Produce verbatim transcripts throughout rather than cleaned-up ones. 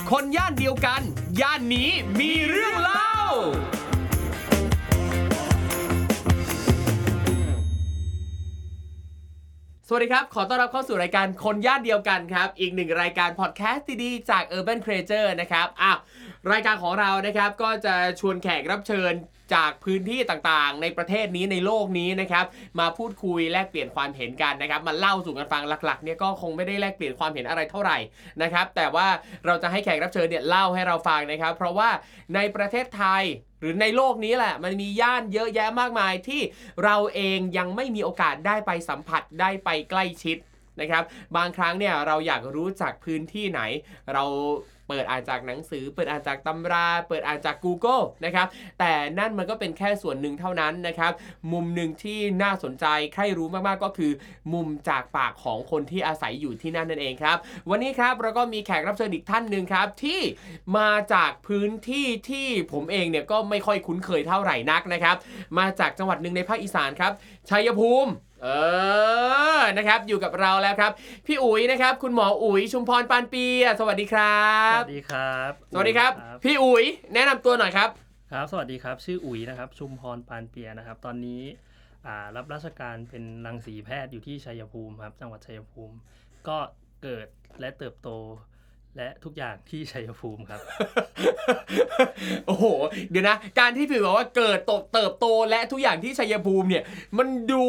คนย่านเดียวกันย่านนี้มีเรื่องเล่าสวัสดีครับขอต้อนรับเข้าสู่รายการคนย่านเดียวกันครับอีกหนึ่งรายการพอดแคสต์ดีๆจาก Urban Creature นะครับอ้าวรายการของเรานะครับก็จะชวนแขกรับเชิญจากพื้นที่ต่างๆในประเทศนี้ในโลกนี้นะครับมาพูดคุยแลกเปลี่ยนความเห็นกันนะครับมาเล่าสู่กันฟังหลักๆเนี่ยก็คงไม่ได้แลกเปลี่ยนความเห็นอะไรเท่าไหร่นะครับแต่ว่าเราจะให้แขกรับเชิญเนี่ยเล่าให้เราฟังนะครับเพราะว่าในประเทศไทยหรือในโลกนี้แหละมันมีย่านเยอะแยะมากมายที่เราเองยังไม่มีโอกาสได้ไปสัมผัสได้ไปใกล้ชิดนะครับบางครั้งเนี่ยเราอยากรู้จักพื้นที่ไหนเราเปิดอ่านจากหนังสือเปิดอ่านจากตำราเปิดอ่านจาก Google นะครับแต่นั่นมันก็เป็นแค่ส่วนหนึ่งเท่านั้นนะครับมุมหนึ่งที่น่าสนใจใครรู้มากๆก็คือมุมจากปากของคนที่อาศัยอยู่ที่นั่นนั่นเองครับวันนี้ครับเราก็มีแขกรับเชิญอีกท่านนึงครับที่มาจากพื้นที่ที่ผมเองเนี่ยก็ไม่ค่อยคุ้นเคยเท่าไหร่นักนะครับมาจากจังหวัดนึงในภาคอีสานครับชัยภูมิเออนะครับอยู่กับเราแล้วครับพี่อุ๋ยนะครับคุณหมออุ๋ยชุมพรปานปีสวัสดีครับสวัสดีครับสวัสดีครับพี่อุ๋ยแนะนำตัวหน่อยครับครับสวัสดีครับชื่ออุ๋ยนะครับชุมพรปานเปียนะครับตอนนี้อ่ารับราชการเป็นรังสีแพทย์อยู่ที่ชัยภูมิครับจังหวัดชัยภูมิก็เกิดและเติบโตและทุกอย่างที่ชัยภูมิครับโอ้โหเดี๋ยวนะการที่พี่บอกว่าเกิดเติบโตและทุกอย่างที่ชัยภูมิเนี่ยมันดู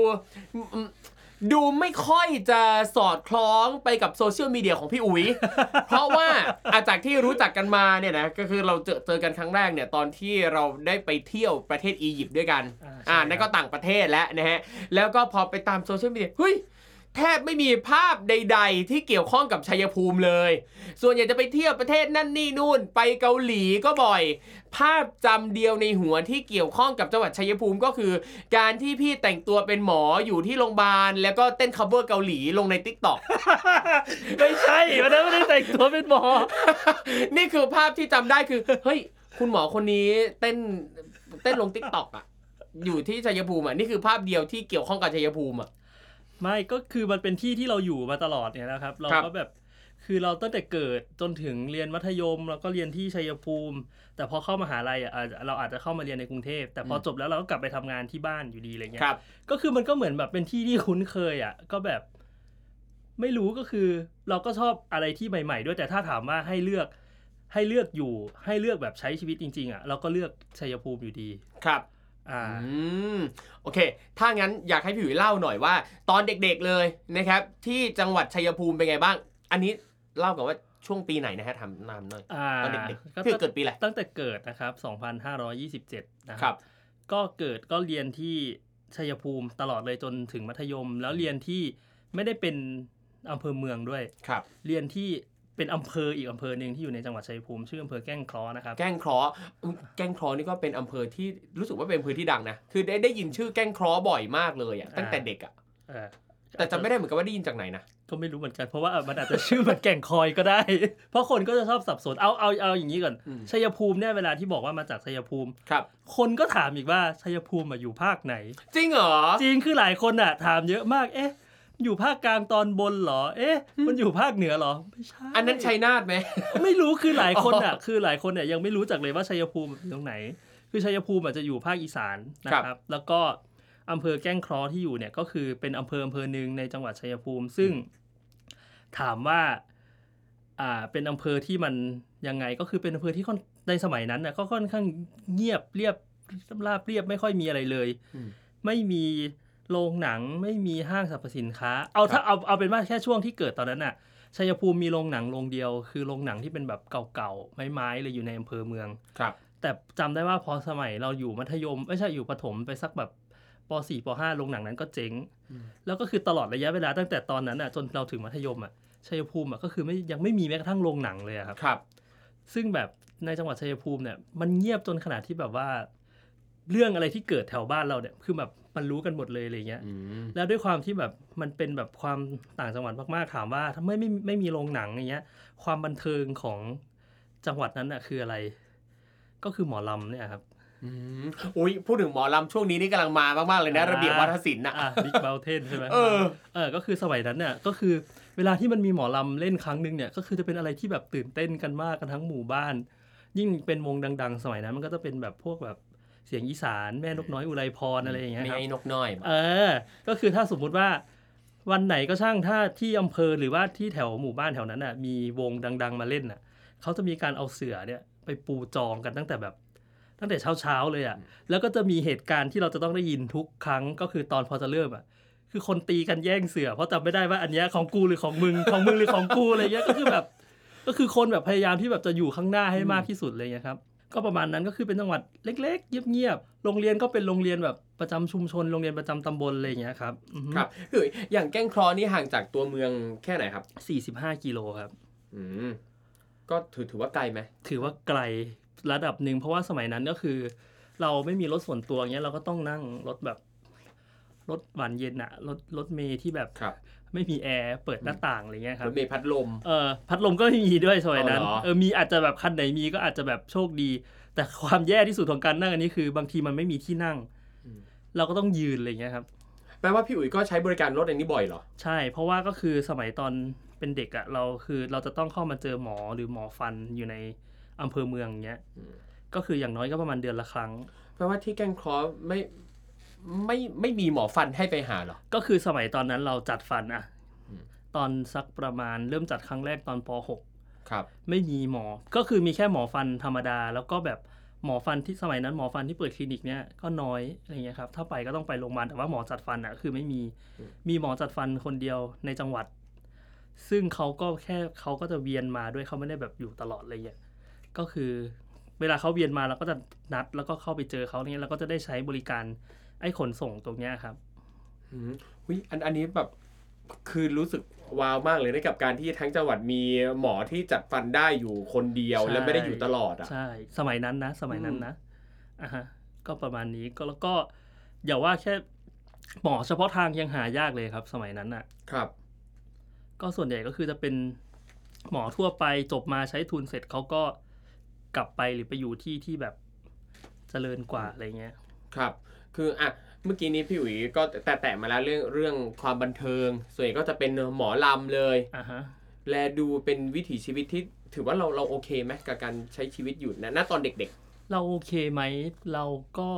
ดูไม่ค่อยจะสอดคล้องไปกับโซเชียลมีเดียของพี่อุ๋ย เพราะว่าอาจากที่รู้จักกันมาเนี่ยนะก็คือเราเจอเจอกันครั้งแรกเนี่ยตอนที่เราได้ไปเที่ยวประเทศอียิปต์ด้วยกันอ่านั่นก็ต่างประเทศแล้วนะฮะแล้วก็พอไปตามโซเชียลมีเดียเฮ้ยแทบไม่มีภาพใดๆที่เกี่ยวข้องกับชัยภูมิเลยส่วนใหญ่จะไปเที่ยวประเทศนั่นนี่นู่นไปเกาหลีก็บ่อยภาพจำเดียวในหัวที่เกี่ยวข้องกับจังหวัดชัยภูมิก็คือการที่พี่แต่งตัวเป็นหมออยู่ที่โรงพยาบาลแล้วก็เต้น cover เกาหลีลงใน TikTok ไม่ใช่วันนั้นไม่ได้แต่งตัวเป็นหมอนี่คือภาพที่จำได้คือเฮ้ยคุณหมอคนนี้เต้นเต้นลง TikTok อ่ะอยู่ที่ชัยภูมิอ่ะนี่คือภาพเดียวที่เกี่ยวข้องกับชัยภูมิอ่ะไม่ก็คือมันเป็นที่ที่เราอยู่มาตลอดเนี่ยนะครับเราก็แบบคือเราตั้งแต่เกิดจนถึงเรียนมัธยมแล้วก็เรียนที่ชัยภูมิแต่พอเข้ามหาลัยอ่ะเราอาจจะเข้ามาเรียนในกรุงเทพแต่พอจบแล้วเราก็กลับไปทำงานที่บ้านอยู่ดีอะไรเงี้ยก็คือมันก็เหมือนแบบเป็นที่ที่คุ้นเคยอ่ะก็แบบไม่รู้ก็คือเราก็ชอบอะไรที่ใหม่ๆด้วยแต่ถ้าถามว่าให้เลือกให้เลือกอยู่ให้เลือกแบบใช้ชีวิตจริงๆอ่ะเราก็เลือกชัยภูมิอยู่ดีครับอ่าอืมโอเคถ้างั้นอยากให้พี่อุ๋ยเล่าหน่อยว่าตอนเด็กๆเลยนะครับที่จังหวัดชัยภูมิเป็นไงบ้างอันนี้เล่าก่อนว่าช่วงปีไหนนะฮะทำนามหน่อยตอนเด็กๆคือเกิดปีอะไรตั้งแต่เกิดนะครับสองพันห้าร้อยยี่สิบเจ็ดนะครับก็เกิดก็เรียนที่ชัยภูมิตลอดเลยจนถึงมัธยมแล้วเรียนที่ไม่ได้เป็นอำเภอเมืองด้วยครับเรียนที่เป็นอำเภออีกอำเภอหนึ่งที่อยู่ในจังหวัดชัยภูมิชื่ออำเภอแก้งเคราะห์นะครับแก้งเคราะห์แก้งเคราะห์นี่ก็เป็นอำเภอที่รู้สึกว่าเป็นอำเภอที่ดังนะคือได้ได้ยินชื่อแก้งเคราะห์บ่อยมากเลยอ่ะตั้งแต่เด็กอ่ะแต่จำไม่ได้เหมือนกันว่าได้ยินจากไหนนะก็ไม่รู้เหมือนกันเพราะว่ามันอาจจะชื่อเหมือนแก่งคอยก็ได้เพราะคนก็จะชอบสับสนเอาเอาเอาอย่างนี้ก่อนชัยภูมิเนี่ยเวลาที่บอกว่ามาจากชัยภูมิครับคนก็ถามอีกว่าชัยภูมิอยู่ภาคไหนจริงเหรอจริงคือหลายคนอ่ะถามเยอะมากเอ๊ะอยู่ภาคกลางตอนบนเหรอเอ๊ะมันอยู่ภาคเหนือเหรอไม่ใช่อันนั้นชัยนาทไหมไม่รู้คือหลายคนอ่ะคือหลายคนเนี่ยยังไม่รู้จักเลยว่าชัยภูมิอยู่ตรงไหนคือชัยภูมิอาจจะอยู่ภาคอีสานนะครับแล้วก็อำเภอแก้งเคราะห์ที่อยู่เนี่ยก็คือเป็นอำเภออำเภอหนึ่งในจังหวัดชัยภูมิซึ่งถามว่าอ่าเป็นอำเภอที่มันยังไงก็คือเป็นอำเภอที่ในสมัยนั้นน่ะก็ค่อนข้างเงียบเรียบราบเรียบไม่ค่อยมีอะไรเลยไม่มีโรงหนังไม่มีห้างสรรพสินค้าเอาถ้าเอาเอาเป็นว่าแค่ช่วงที่เกิดตอนนั้นน่ะชัยภูมิมีโรงหนังโรงเดียวคือโรงหนังที่เป็นแบบเก่าๆไม้ๆเลยอยู่ในอำเภอเมืองครับแต่จำได้ว่าพอสมัยเราอยู่มัธยมไม่ใช่อยู่ประถมไปสักแบบป.สี่ ป.ห้า โรงหนังนั้นก็เจ๊งแล้วก็คือตลอดระยะเวลาตั้งแต่ตอนนั้นน่ะจนเราถึงมัธยมอ่ะชัยภูมิอ่ะก็คือไม่ยังไม่มีแม้กระทั่งโรงหนังเลยครับครับซึ่งแบบในจังหวัดชัยภูมิเนี่ยมันเงียบจนขนาดที่แบบว่าเรื่องอะไรที่เกิดแถวบ้านเราเนี่ยคือแบบมันรู้กันหมดเลยอะไรเงี้ยแล้วด้วยความที่แบบมันเป็นแบบความต่างจังหวัดมากๆถามว่าทำไมไม่ไม่มีโรงหนังอย่างเงี้ยความบันเทิงของจังหวัดนั้นน่ะคืออะไรก็คือหมอลำเนี่ยครับอืมอุ๊ยพูดถึงหมอลำช่วงนี้นี่กำลังมามากๆเลยนะระเบียบวัฒนศิลป์น่ะอ่ะบิ๊กเบลเทนใช่ไหมเออเออก็คือสมัยนั้นเนี่ยก็คือเวลาที่มันมีหมอลำเล่นครั้งนึงเนี่ยก็คือจะเป็นอะไรที่แบบตื่นเต้นกันมากกันทั้งหมู่บ้านยิ่งเป็นวงดังๆสมัยนั้นมันก็จะเป็นแบบพวกแบบเสียงอีสานแม่นกน้อยอุไรพรอะไรอย่างเงี้ยครับแม่นกน้อยเออก็คือถ้าสมมุติว่าวันไหนก็ช่างถ้าที่อำเภอหรือว่าที่แถวหมู่บ้านแถวนั้นน่ะมีวงดังๆมาเล่นน่ะเขาจะมีการเอาเสื่อเนี่ยไปปูจองกันตั้งแต่แบบตั้งแต่เช้าๆเลยอ่ะแล้วก็จะมีเหตุการณ์ที่เราจะต้องได้ยินทุกครั้งก็คือตอนพอจะเริ่มอ่ะคือคนตีกันแย่งเสื่อเพราะจำไม่ได้ว่าอันเนี้ยของกูหรือของมึงของมึงหรือของกูอะไรเงี้ยก็คือแบบก็คือคนแบบพยายามที่แบบจะอยู่ข้างหน้าให้มากที่สุดเลยนะครับก็ประมาณนั้นก็คือเป็นจังหวัดเล็กๆเงียบๆโรงเรียนก็เป็นโรงเรียนแบบประจำชุมชนโรงเรียนประจำตำบลอะไรอย่างเงี้ยครับครับคืออย่างแก้งเคราะห์นี่ห่างจากตัวเมืองแค่ไหนครับสี่สิบห้ากิโลครับอืมก็ถือถือว่าไกลไหมถือว่าไกลระดับหนึ่งเพราะว่าสมัยนั้นก็คือเราไม่มีรถส่วนตัวเงี้ยเราก็ต้องนั่งรถแบบรถหวานเย็นอะรถรถเมล์ที่แบบไม่มีแอร์เปิดหน้าต่างอะไรเงี้ยครับรถเมล์พัดลมเออพัดลมก็ไม่มีด้วยสมัยนั้นเออมีอาจจะแบบคันไหนมีก็อาจจะแบบโชคดีแต่ความแย่ที่สุดของการนั่งอันนี้คือบางทีมันไม่มีที่นั่งเราก็ต้องยืนอะไรเงี้ยครับแปลว่าพี่อุ๋ยก็ใช้บริการรถอันนี้บ่อยเหรอใช่เพราะว่าก็คือสมัยตอนเป็นเด็กอะเราคือเราจะต้องเข้ามาเจอหมอหรือหมอฟันอยู่ในอำเภอเมืองเงี้ยก็คืออย่างน้อยก็ประมาณเดือนละครั้งแปลว่าที่แก้งเคราะห์ไม่ไม่ไม่มีหมอฟันให้ไปหาหรอก็คือสมัยตอนนั้นเราจัดฟันอะตอนสักประมาณเริ่มจัดครั้งแรกตอนป.หกครับไม่มีหมอก็คือมีแค่หมอฟันธรรมดาแล้วก็แบบหมอฟันที่สมัยนั้นหมอฟันที่เปิดคลินิกเนี้ยก็น้อยอะไรเงี้ยครับถ้าไปก็ต้องไปโรงพยาบาลแต่ว่าหมอจัดฟันอะคือไม่มีมีหมอจัดฟันคนเดียวในจังหวัดซึ่งเขาก็แค่เขาก็จะเวียนมาด้วยเขาไม่ได้แบบอยู่ตลอดอะไรเงี้ยก็คือเวลาเขาเวียนมาเราก็จะนัดแล้วก็เข้าไปเจอเขาเนี่ยเราก็จะได้ใช้บริการไอ้ขนส่งตรงเนี้ยครับอืมอุ๊ยอันอันนี้แบบคือรู้สึกว้าวมากเลยได้กับการที่ทั้งจังหวัดมีหมอที่จัดฟันได้อยู่คนเดียวและไม่ได้อยู่ตลอดอ่ะใช่สมัยนั้นนะสมัยนั้นนะอ่ะฮะก็ประมาณนี้ก็แล้วก็อย่าว่าแค่หมอเฉพาะทางยังหายากเลยครับสมัยนั้นอ่ะครับก็ส่วนใหญ่ก็คือจะเป็นหมอทั่วไปจบมาใช้ทุนเสร็จเขาก็กลับไปหรือไปอยู่ที่ที่แบบเจริญกว่าอะไรเงี้ยครับคืออ่ะเมื่อกี้นี้พี่อุ๋ยก็แตะๆมาแล้วเรื่องเรื่องความบันเทิงส่วนใหญ่ก็จะเป็นหมอลำเลยอ่าฮะแลดูเป็นวิถีชีวิตที่ถือว่าเราเราโอเคไหมกับการใช้ชีวิตอยู่นะณตอนเด็กๆเราโอเคไหมเราก็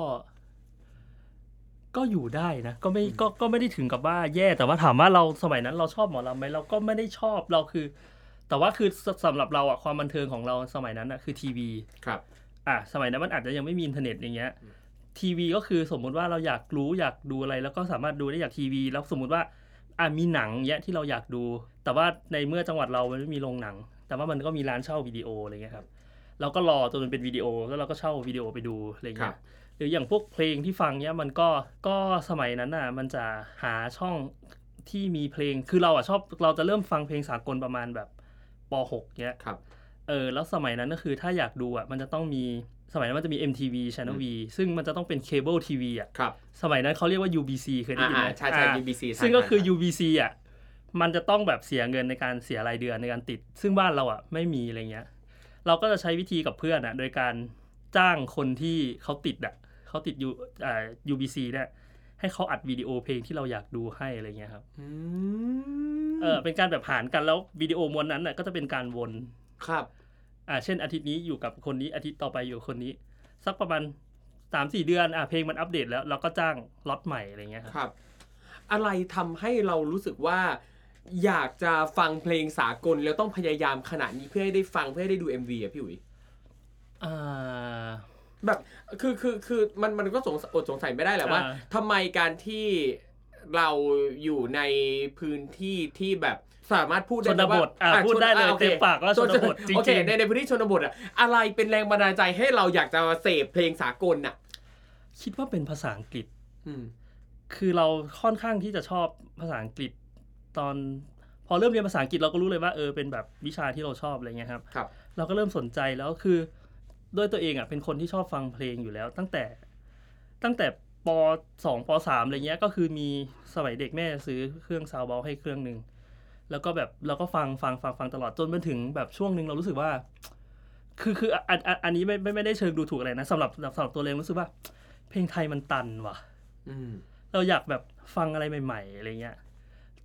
ก็อยู่ได้นะก็ไม่ก็ก็ไม่ได้ถึงกับว่าแย่แต่ว่าถามว่าเราสมัยนั้นเราชอบหมอลำไหมเราก็ไม่ได้ชอบเราคือแต่ว่าคือสำหรับเราอะความบันเทิงของเราสมัยนั้นอะคือทีวีครับอ่ะสมัยนั้นมันอาจจะยังไม่มีอินเทอร์เน็ตอย่างเงี้ยทีวีก็คือสมมุติว่าเราอยากรู้อยากดูอะไรแล้วก็สามารถดูได้จากทีวีแล้วสมมุติว่าอ่ะมีหนังเงี้ยที่เราอยากดูแต่ว่าในเมื่อจังหวัดเรามันไม่มีโรงหนังแต่ว่ามันก็มีร้านเช่าวิดีโออะไรเงี้ยครับเราก็รอจนมันเป็นวิดีโอแล้วเราก็เช่าวิดีโอไปดูอะไรเงี้ยหรืออย่างพวกเพลงที่ฟังเนี้ยมันก็ก็สมัยนั้นน่ะมันจะหาช่องที่มีเพลงคือเราอ่ะชอบเราจะเริ่มฟังเพลงสากลประมาณแบบป.หก เงี้ยเออแล้วสมัยนั้นก็คือถ้าอยากดูอ่ะมันจะต้องมีสมัยนั้นมันจะมี เอ็ม ที วี Channel V ซึ่งมันจะต้องเป็นเคเบิลทีวีอ่ะสมัยนั้นเขาเรียกว่า ยู บี ซี เคยได้ยินไหมใช่ๆ ยู บี ซีซึ่งก็คือ ยู บี ซี อ่ะมันจะต้องแบบเสียเงินในการเสียรายเดือนในการติดซึ่งบ้านเราอ่ะไม่มีอะไรเงี้ยเราก็จะใช้วิธีกับเพื่อนอ่ะโดยการจ้างคนที่เขาติดอ่ะเขาติดยูอ่า ยู บี ซี เนี่ยให้เขาอัดวิดีโอเพลงที่เราอยากดูให้อะไรเงี้ยครับเออเป็นการแบบหารกันแล้ววิดีโอม้วนนั้นน่ะก็จะเป็นการวนครับอ่าเช่นอาทิตย์นี้อยู่กับคนนี้อาทิตย์ต่อไปอยู่กับคนนี้สักประมาณ สามสี่ เดือนอ่ะเพลงมันอัปเดตแล้วเราก็จ้างล็อตใหม่อะไรเงี้ยครับอะไรทำให้เรารู้สึกว่าอยากจะฟังเพลงสากลแล้วต้องพยายามขนาดนี้เพื่อให้ได้ฟังเพื่อให้ได้ดู เอ็ม วี อ่ะพี่อุ๋ยอ่าแบบคือคือคือมันมันก็สงอดสงสัยไม่ได้แหละว่าทำไมการที่เราอยู่ในพื้นที่ที่แบบสามารถพูดได้ว่าพูดได้เลยเต็มปากว่าชนบทจริงๆโอเคในในพื้นที่ชนบทอ่ะอะไรเป็นแรงบันดาลใจให้เราอยากจะเสพเพลงสากลน่ะคิดว่าเป็นภาษาอังกฤษคือเราค่อนข้างที่จะชอบภาษาอังกฤษตอนพอเริ่มเรียนภาษาอังกฤษเราก็รู้เลยว่าเออเป็นแบบวิชาที่เราชอบอะไรเงี้ยครับเราก็เริ่มสนใจแล้วคือด้วยตัวเองอ่ะเป็นคนที่ชอบฟังเพลงอยู่แล้วตั้งแต่ตั้งแต่ป.สอง ป.สาม อะไรเงี้ยก็คือมีสมัยเด็กแม่ซื้อเครื่องซาวด์เบลให้เครื่องนึงแล้วก็แบบเราก็ฟังฟังฟังฟังตลอดจนมาถึงแบบช่วงนึงเรารู้สึกว่าคือคืออันอันนี้ไม่ไม่ไม่ได้เชิงดูถูกอะไรนะสำหรับสำหรับตัวเองรู้สึกว่าเพลงไทยมันตันว่ะเราอยากแบบฟังอะไรใหม่ๆอะไรเงี้ย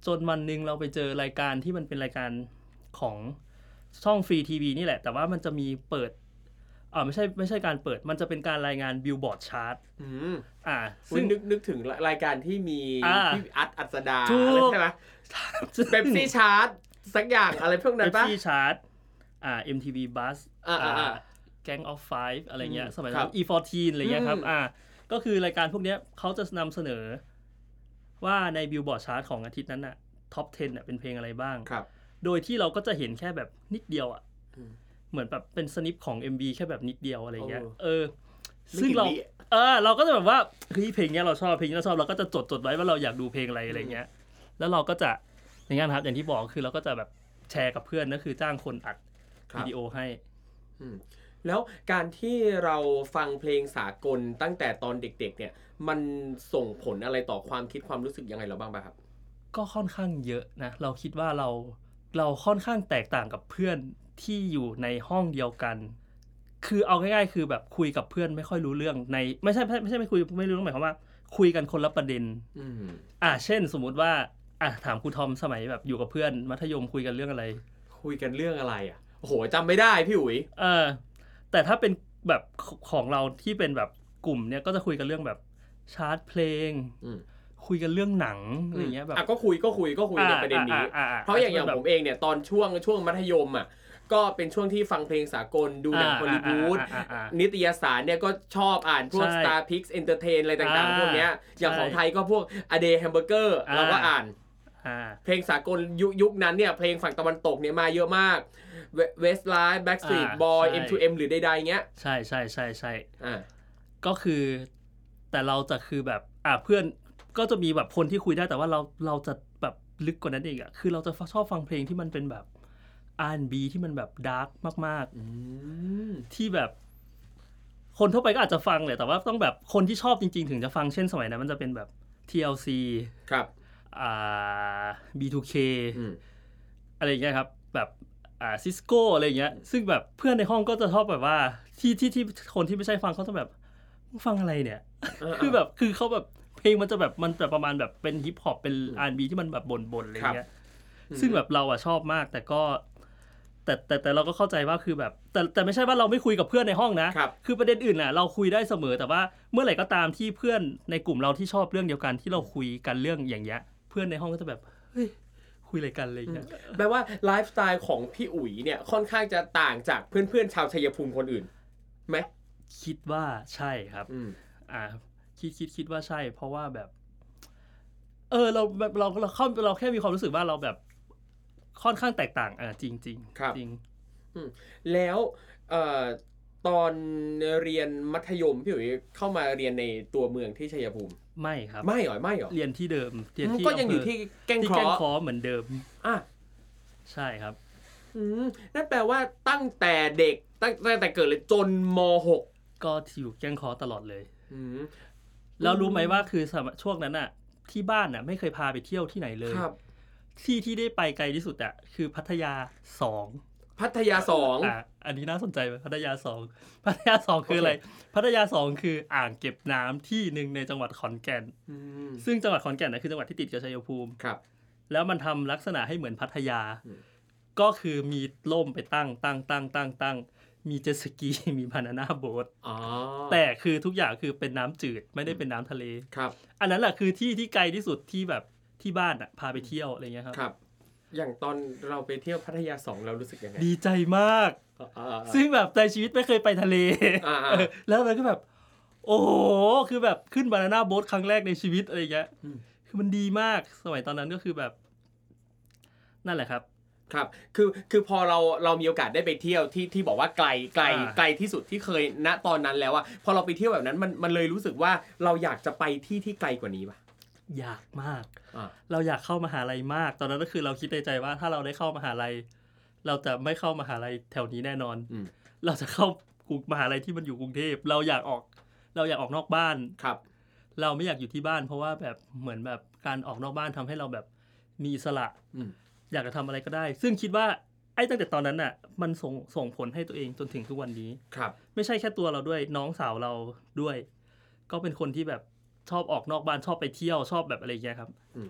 จนวันนึงเราไปเจอรายการที่มันเป็นรายการของช่องฟรีทีวีนี่แหละแต่ว่ามันจะมีเปิดอ่าไม่ใช่ไม่ใช่การเปิดมันจะเป็นการรายงานบิลบอร์ดชาร์ตอืมอ่าซึ่งนึกนึกถึงรายการที่มีพี่อัดอัศดาถูกอะไรใช่ไหมเป๊ปซี่ชาร์ตสักอย่างอะไรพวกนั้นปะเป๊ปซี่ชาร์ตอ่า เอ็ม ที วี Buzz อ่าอ่า Gang of Five อะไรเงี้ยสมัยครันั้นบอี โฟร์ทีน อะไรเงี้ยครับอืมอ่าก็คือรายการพวกเนี้ยเขาจะนำเสนอว่าในบิลบอร์ดชาร์ตของอาทิตย์นั้นน่ะท็อปสิบน่ะเป็นเพลงอะไรบ้างครับโดยที่เราก็จะเห็นแค่แบบนิดเดียวอ่ะอืมเหมือนแบบเป็นสนิปของ เอ็ม วี แค่แบบนิดเดียวอะไรเงี้ยโอ้เออซึ่งเราเออเราก็จะแบบว่าเฮ้ยเพลงเนี้ยเราชอบเพลงนี้เราชอบเราก็จะจดจดไว้ว่าเราอยากดูเพลงอะไรอะไรเงี้ยแล้วเราก็จะอย่างงั้นครับอย่างที่บอกคือเราก็จะแบบแชร์กับเพื่อนก็คือจ้างคนอัดวิดีโอให้อืมแล้วการที่เราฟังเพลงสากลตั้งแต่ตอนเด็กๆเนี่ยมันส่งผลอะไรต่อความคิดความรู้สึกยังไงเราบ้างป่ะครับก็ค่อนข้างเยอะนะเราคิดว่าเราเราค่อนข้างแตกต่างกับเพื่อนที่อยู่ในห้องเดียวกันคือเอาง่ายๆคือแบบคุยกับเพื่อนไม่ค่อยรู้เรื่องในไม่ใช่ไม่ใช่ไม่คุยไม่รู้เรื่องหมายความว่าคุยกันคนละประเด็นอืมอ่ะเช่นสมมุติว่าอ่ะถามครูทอมสมัยแบบอยู่กับเพื่อนมัธยมคุยกันเรื่องอะไรคุยกันเรื่องอะไรอ่ะโอ้โหจำไม่ได้พี่อุ๋ยเออแต่ถ้าเป็นแบบของเราที่เป็นแบบกลุ่มเนี้ยก็จะคุยกันเรื่องแบบชาร์ตเพลงคุยกันเรื่องหนังอะไรเงี้ยแบบอ่ะก็คุยก็คุยก็คุยในประเด็นนี้เพราะอย่างอย่างผมเองเนี่ยตอนช่วงช่วงมัธยมอ่ะก็เป็นช่วงที่ฟังเพลงสากลดูหนังฮอลลีวูดนิตยสารเนี่ยก็ชอบอ่านพวก Star Pix Entertain อะไรต่างๆพวกเนี้ยอย่างของไทยก็พวก A Day Hamburger เราก็อ่านเพลงสากลยุคนั้นเนี่ยเพลงฝั่งตะวันตกเนี่ยมาเยอะมาก Westlife Backstreet Boy เอ็ม ทู เอ็ม หรือใดๆเงี้ยใช่ใช่ใช่ใช่อ่าก็คือแต่เราจะคือแบบอ่ะเพื่อนก็จะมีแบบคนที่คุยได้แต่ว่าเราเราจะแบบลึกกว่านั้นเองอ่ะคือเราจะชอบฟังเพลงที่มันเป็นแบบ อาร์ แอนด์ บี ที่มันแบบดาร์กมากๆที่แบบคนทั่วไปก็อาจจะฟังแหละแต่ว่าต้องแบบคนที่ชอบจริงๆถึงจะฟังเช่นสมัยนั้นมันจะเป็นแบบ ที แอล ซีครับอ่า บี ทู เค อะไรอย่างเงี้ยครับแบบอ่า Cisco อะไรอย่างเงี้ยซึ่งแบบเพื่อนในห้องก็จะชอบแบบว่าที่ที่ที่คนที่ไม่ใช่ฟังเขาจะแบบฟังอะไรเนี่ย คือแบบคือเขาแบบเพลงมันจะแบบมันแบบประมาณแบบเป็นฮิปฮอปเป็น อาร์ แอนด์ บี ที่มันแบบบ่นๆอะไรอย่างเงี้ยซึ่งแบบเราอ่ะชอบมากแต่ก็แต่แต่แต่เราก็เข้าใจว่าคือแบบแต่แต่ไม่ใช่ว่าเราไม่คุยกับเพื่อนในห้องนะคือประเด็นอื่นน่ะเราคุยได้เสมอแต่ว่าเมื่อไหร่ก็ตามที่เพื่อนในกลุ่มเราที่ชอบเรื่องเดียวกันที่เราคุยกันเรื่องอย่างเงี้ยเพื่อนในห้องก็จะแบบเฮ้ยคุยอะไรกันอะไรอย่างเงี้ยแปลว่าไลฟ์สไตล์ของพี่อุ๋ยเนี่ยค่อนข้างจะต่างจากเพื่อนๆชาวชัยภูมิคนอื่นไหมคิดว่าใช่ครับอ่าคิดคิดคิดว่าใช่เพราะว่าแบบเออเราแบบเราเราเข้าเราแค่มีความรู้สึกว่าเราแบบค่อนข้างแตกต่างอ่ะจริงจริงจริงแล้วเอ่อตอนเรียนมัธยมพี่อุ๋ยเข้ามาเรียนในตัวเมืองที่ชัยภูมิไม่ครับไม่หรอไม่หรอเรียนที่เดิมเรียนที่ก็ยังอยู่ที่แก้งคอเหมือนเดิมอ่ะใช่ครับอืมนั่นแปลว่าตั้งแต่เด็กตั้งแต่เกิดเลยจนม.หกก็อยู่แก้งคอตลอดเลยแล้วรู้ไหมว่าคือช่วงนั้นน่ะที่บ้านน่ะไม่เคยพาไปเที่ยวที่ไหนเลยที่ที่ได้ไปไกลที่สุดอ่ะคือพัทยาสองพัทยาสองอ่ะอันนี้น่าสนใจไหมพัทยาสองพัทยาสองคืออะไรพัทยาสองคืออ่างเก็บน้ำที่หนึ่งในจังหวัดขอนแก่นซึ่งจังหวัดขอนแก่นน่ะคือจังหวัดที่ติดกับชัยภูมิครับแล้วมันทำลักษณะให้เหมือนพัทยาก็คือมีล่มไปตั้งตั้งตั้งตั้งตั้งมีเจ็ตสกีมีบานาน่าโบ๊ทแต่คือทุกอย่างคือเป็นน้ำจืดไม่ได้เป็นน้ำทะเลครับอันนั้นแหละคือที่ที่ไกลที่สุดที่แบบที่บ้านอ่ะพาไปเที่ยวอะไรเงี้ยครับครับอย่างตอนเราไปเที่ยวพัทยาสองเรารู้สึกยังไงดีใจมากซึ่งแบบในชีวิตไม่เคยไปทะเลแล้วมันก็แบบโอ้โหคือแบบขึ้นบานาน่าโบ๊ทครั้งแรกในชีวิตอะไรเงี้ยคือมันดีมากสมัยตอนนั้นก็คือแบบนั่นแหละครับครับคือคือพอเราเรามีโอกาสได้ไปเที่ยวที่ที่บอกว่าไกลไกลไกลที่สุดที่เคยณตอนนั้นแล้วอะพอเราไปเที่ยวแบบนั้นมันมันเลยรู้สึกว่าเราอยากจะไปที่ที่ไกลกว่านี้ป่ะอยากมากเราอยากเข้ามหาลัยมากตอนนั้นก็คือเราคิดในใจว่าถ้าเราได้เข้ามหาลัยเราจะไม่เข้ามหาลัยแถวนี้แน่นอนเราจะเข้ามหาลัยที่มันอยู่กรุงเทพเราอยากออกเราอยากออกนอกบ้านครับเราไม่อยากอยู่ที่บ้านเพราะว่าแบบเหมือนแบบการออกนอกบ้านทำให้เราแบบมีอิสระอยากจะทำอะไรก็ได้ซึ่งคิดว่าไอ้ตั้งแต่ตอนนั้นน่ะมันส่งส่งผลให้ตัวเองจนถึงทุกวันนี้ครับไม่ใช่แค่ตัวเราด้วยน้องสาวเราด้วยก็เป็นคนที่แบบชอบออกนอกบ้านชอบไปเที่ยวชอบแบบอะไรอย่างเงี้ยครับ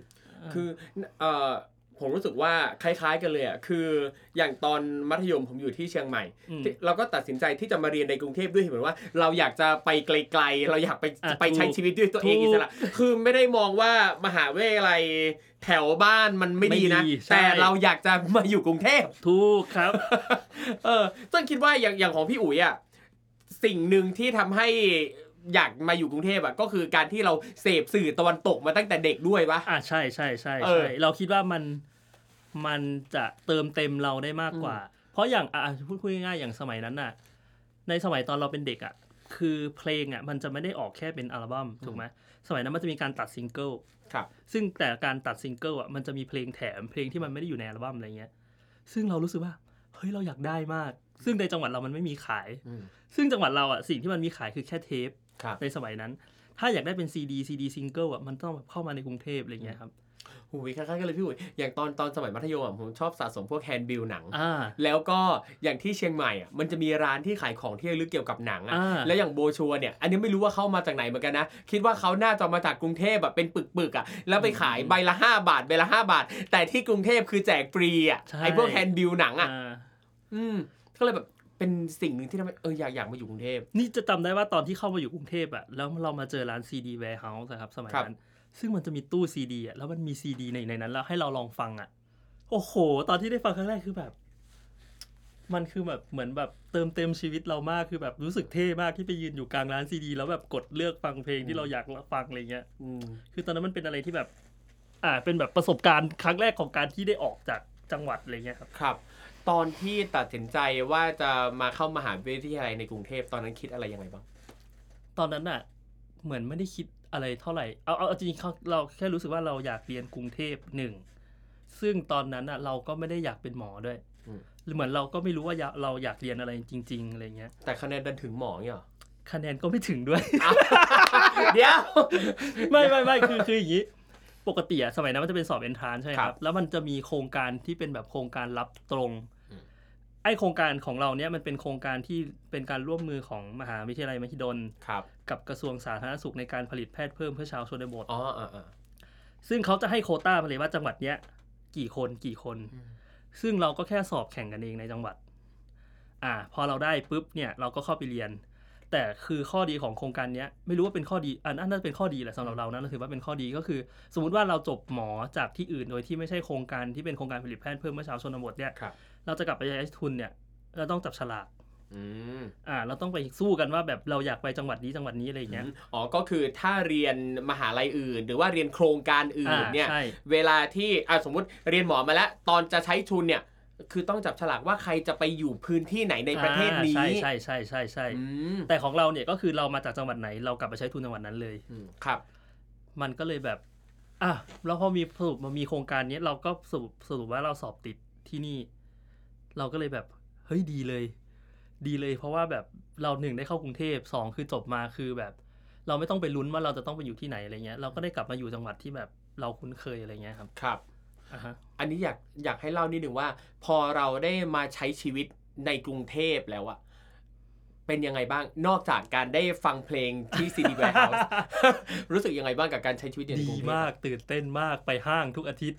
คือเอ่อผมรู้สึกว่าคล้ายๆกันเลยอ่ะคืออย่างตอนมัธยมผมอยู่ที่เชียงใหม่เราก็ตัดสินใจที่จะมาเรียนในกรุงเทพด้วยเหตุผลว่าเราอยากจะไปไกลๆเราอยากไปไปใช้ชีวิตด้วยตัวเองอิสระคือไม่ได้มองว่ามหาวิทยาลัยแถวบ้านมันไม่ดีนะแต่เราอยากจะมาอยู่กรุงเทพถูกครับเออซึ่งคิดว่าอย่างอย่างของพี่อุ๋ยอ่ะสิ่งหนึ่งที่ทำให้อยากมาอยู่กรุงเทพอ่ะก็คือการที่เราเสพสื่อตะวันตกมาตั้งแต่เด็กด้วยปะอ่าใช่ใช่ใช่ใช่เราคิดว่ามันมันจะเติมเต็มเราได้มากกว่าเพราะอย่างอ่ะพูดคุยง่ายๆอย่างสมัยนั้นน่ะในสมัยตอนเราเป็นเด็กอ่ะคือเพลงอ่ะมันจะไม่ได้ออกแค่เป็นอัลบั้มถูกไหมสมัยนั้นมันจะมีการตัดซิงเกิลครับซึ่งแต่การตัดซิงเกิลอ่ะมันจะมีเพลงแถมเพลงที่มันไม่ได้อยู่ในอัลบั้มอะไรเงี้ยซึ่งเรารู้สึกว่าเฮ้ยเราอยากได้มากซึ่งในจังหวัดเรามันไม่มีขายซึ่งจังหวัดเราอ่ะสิ่งที่มันมีขายคือแค่เทปในสมัยนั้นถ้าอยากได้เป็นซีดีซีดีซิงเกิลอ่ะมันต้องเข้ามาในกรุงเทพอะไรเงี้ยครับหูยคล้ายๆกันเลยพี่อุ๋ยอย่างตอนตอนสมัยมัธยมอ่ะผมชอบสะสมพวกแฮนด์บิลหนังแล้วก็อย่างที่เชียงใหม่อ่ะมันจะมีร้านที่ขายของที่ระลึกเกี่ยวกับหนังอ่ะแล้วอย่างโบชัวเนี่ยอันนี้ไม่รู้ว่าเข้ามาจากไหนเหมือนกันนะคิดว่าเขาน่าจะมาจากกรุงเทพแบบเป็นปึกๆอ่ะแล้วไปขายใบละห้าบาทใบละห้าบาทแต่ที่กรุงเทพคือแจกฟรีอ่ะไอ้พวกแฮนด์บิลหนังอ่ะอืมก็เลยแบบเป็นสิ่งนึงที่ทำให้เอออยากอยากมาอยู่กรุงเทพนี่จะจำได้ว่าตอนที่เข้ามาอยู่กรุงเทพอ่ะแล้วเรามาเจอร้าน ซี ดี Warehouse ครับสมัยนั้นซึ่งมันจะมีตู้ซีดีอ่ะแล้วมันมีซีดีในในนั้นแล้วให้เราลองฟังอ่ะโอ้โหตอนที่ได้ฟังครั้งแรกคือแบบมันคือแบบเหมือนแบบเติมเต็มชีวิตเรามากคือแบบรู้สึกเท่มากที่ไปยืนอยู่กลางร้านซีดีแล้วแบบกดเลือกฟังเพลงที่เราอยากฟังอะไรเงี้ยคือตอนนั้นมันเป็นอะไรที่แบบอ่าเป็นแบบประสบการณ์ครั้งแรกของการที่ได้ออกจากจังหวัดอะไรเงี้ยครับครับตอนที่ตัดสินใจว่าจะมาเข้ามหาวิทยาลัยในกรุงเทพตอนนั้นคิดอะไรยังไงบ้างตอนนั้นอ่ะเหมือนไม่ได้คิดอะไรเท่าไหร่เอาเอาจริงๆเราแค่รู้สึกว่าเราอยากเรียนกรุงเทพหนึ่งซึ่งตอนนั้นอ่ะเราก็ไม่ได้อยากเป็นหมอด้วยเหมือนเราก็ไม่รู้ว่าเราอยากเรียนอะไรจริงๆอะไรเงี้ยแต่คะแนนดันถึงหมอเนี่ยหรอคะแนนก็ไม่ถึงด้วยเดี๋ยวไม่ไม่ไม่คือคืออย่างนี้ปกติอะสมัยนั้นมันจะเป็นสอบเอนทรานซ์ใช่ไหมครับแล้วมันจะมีโครงการที่เป็นแบบโครงการรับตรงไอโครงการของเราเนี่ยมันเป็นโครงการที่เป็นการร่วมมือของมหาวิทยาลัยมหิดลกับกระทรวงสาธารณสุขในการผลิตแพทย์เพิ่มเพื่อชาวชนบทอ๋ออ่าซึ่งเขาจะให้โควต้ามาเลยว่าจังหวัดเนี้ยกี่คนกี่คนซึ่งเราก็แค่สอบแข่งกันเองในจังหวัดอ่าพอเราได้ปุ๊บเนี่ยเราก็เข้าไปเรียนแต่คือข้อดีของโครงการนี้ไม่รู้ว่าเป็นข้อดีอันนั้นน่าจะเป็นข้อดีแหละสำหรับเรานะเราถือว่าเป็นข้อดีก็คือสมมุติว่าเราจบหมอจากที่อื่นโดยที่ไม่ใช่โครงการที่เป็นโครงการผลิตแพทย์เพิ่มเพื่อชาวชนบทเนี่ยเราจะกลับไปใช้ทุนเนี่ยเราต้องจับฉลากอ่าเราต้องไปสู้กันว่าแบบเราอยากไปจังหวัดนี้จังหวัดนี้อะไรอย่างเงี้ยอ๋อก็คือถ้าเรียนมหาลัยอื่นหรือว่าเรียนโครงการอื่นเนี่ยเวลาที่อ่าสมมุติเรียนหมอมาแล้วตอนจะใช้ทุนเนี่ยคือต้องจับฉลากว่าใครจะไปอยู่พื้นที่ไหนในประเทศนี้ใช่ใช่ใช่ใช่ใช่แต่ของเราเนี่ยก็คือเรามาจากจังหวัดไหนเรากลับไปใช้ทุนจังหวัดนั้นเลยครับมันก็เลยแบบอ่ะแล้วพอมีสรุปมามีโครงการนี้เราก็สรุปสรุปว่าเราสอบติดที่นี่เราก็เลยแบบเฮ้ยดีเลยดีเลยเพราะว่าแบบเราหนึ่งได้เข้ากรุงเทพสองคือจบมาคือแบบเราไม่ต้องไปลุ้นว่าเราจะต้องไปอยู่ที่ไหนอะไรเงี้ยเราก็ได้กลับมาอยู่จังหวัดที่แบบเราคุ้นเคยอะไรเงี้ยครับครับอันนี้อยากอยากให้เล่านิดนึงว่าพอเราได้มาใช้ชีวิตในกรุงเทพแล้วอะเป็นยังไงบ้างนอกจากการได้ฟังเพลงที่ ซี ดี Warehouse รู้สึกยังไงบ้างกับการใช้ชีวิตในกรุงเทพดีมากตื่นเต้นมากไปห้างทุกอาทิตย์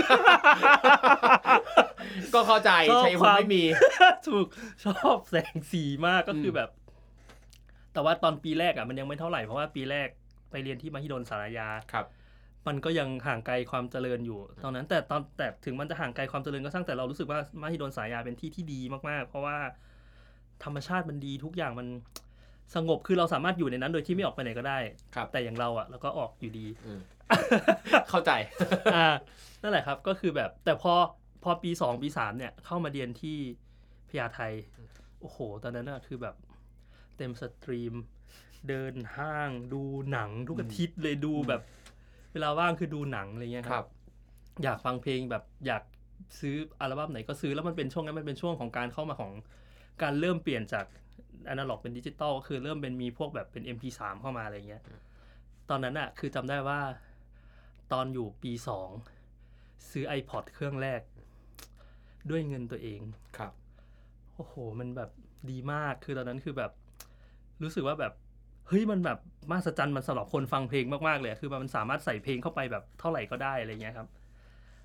ก็เข้าใจใช้ผมไม่มีถูกชอบแสงสีมากก็คือแบบแต่ว่าตอนปีแรกอะมันยังไม่เท่าไหร่เพราะว่าปีแรกไปเรียนที่มหิดลสารยาครับมันก็ยังห่างไกลความเจริญอยู่ตอนนั้นแต่ตอนแต่ถึงมันจะห่างไกลความเจริญก็ช่างแต่เรารู้สึกว่ามหิดลสารยาเป็นที่ที่ดีมากๆเพราะว่าธรรมชาติมันดีทุกอย่างมันสงบคือเราสามารถอยู่ในนั้นโดยที่ไม่ออกไปไหนก็ได้แต่อย่างเราอ่ะเราก็ออกอยู่ดีเข้าใจอ่านั่นแหละครับก็คือแบบแต่พอพอปีสองปีสามเนี่ยเข้ามาเรียนที่พญาไทโอ้โหตอนนั้นน่ะคือแบบเต็มสตรีมเดินห้างดูหนังทุกอาทิตย์เลยดูแบบเวลาว่างคือดูหนังอะไรเงี้ยครับอยากฟังเพลงแบบอยากซื้ออัลบั้มไหนก็ซื้อแล้วมันเป็นช่วงนั้นมันเป็นช่วงของการเข้ามาของการเริ่มเปลี่ยนจากอนาล็อกเป็นดิจิตอลก็คือเริ่มเป็นมีพวกแบบเป็น เอ็ม พี สาม เข้ามาอะไรเงี้ยตอนนั้นอ่ะคือจำได้ว่าตอนอยู่ปีสองซื้อ iPod เครื่องแรกด้วยเงินตัวเองครับโอ้โหมันแบบดีมากคือตอนนั้นคือแบบรู้สึกว่าแบบเฮ้ยมันแบบมหัศจรรย์มันสำหรับคนฟังเพลงมากๆเลยคือมันสามารถใส่เพลงเข้าไปแบบเท่าไหร่ก็ได้อะไรเงี้ยครับ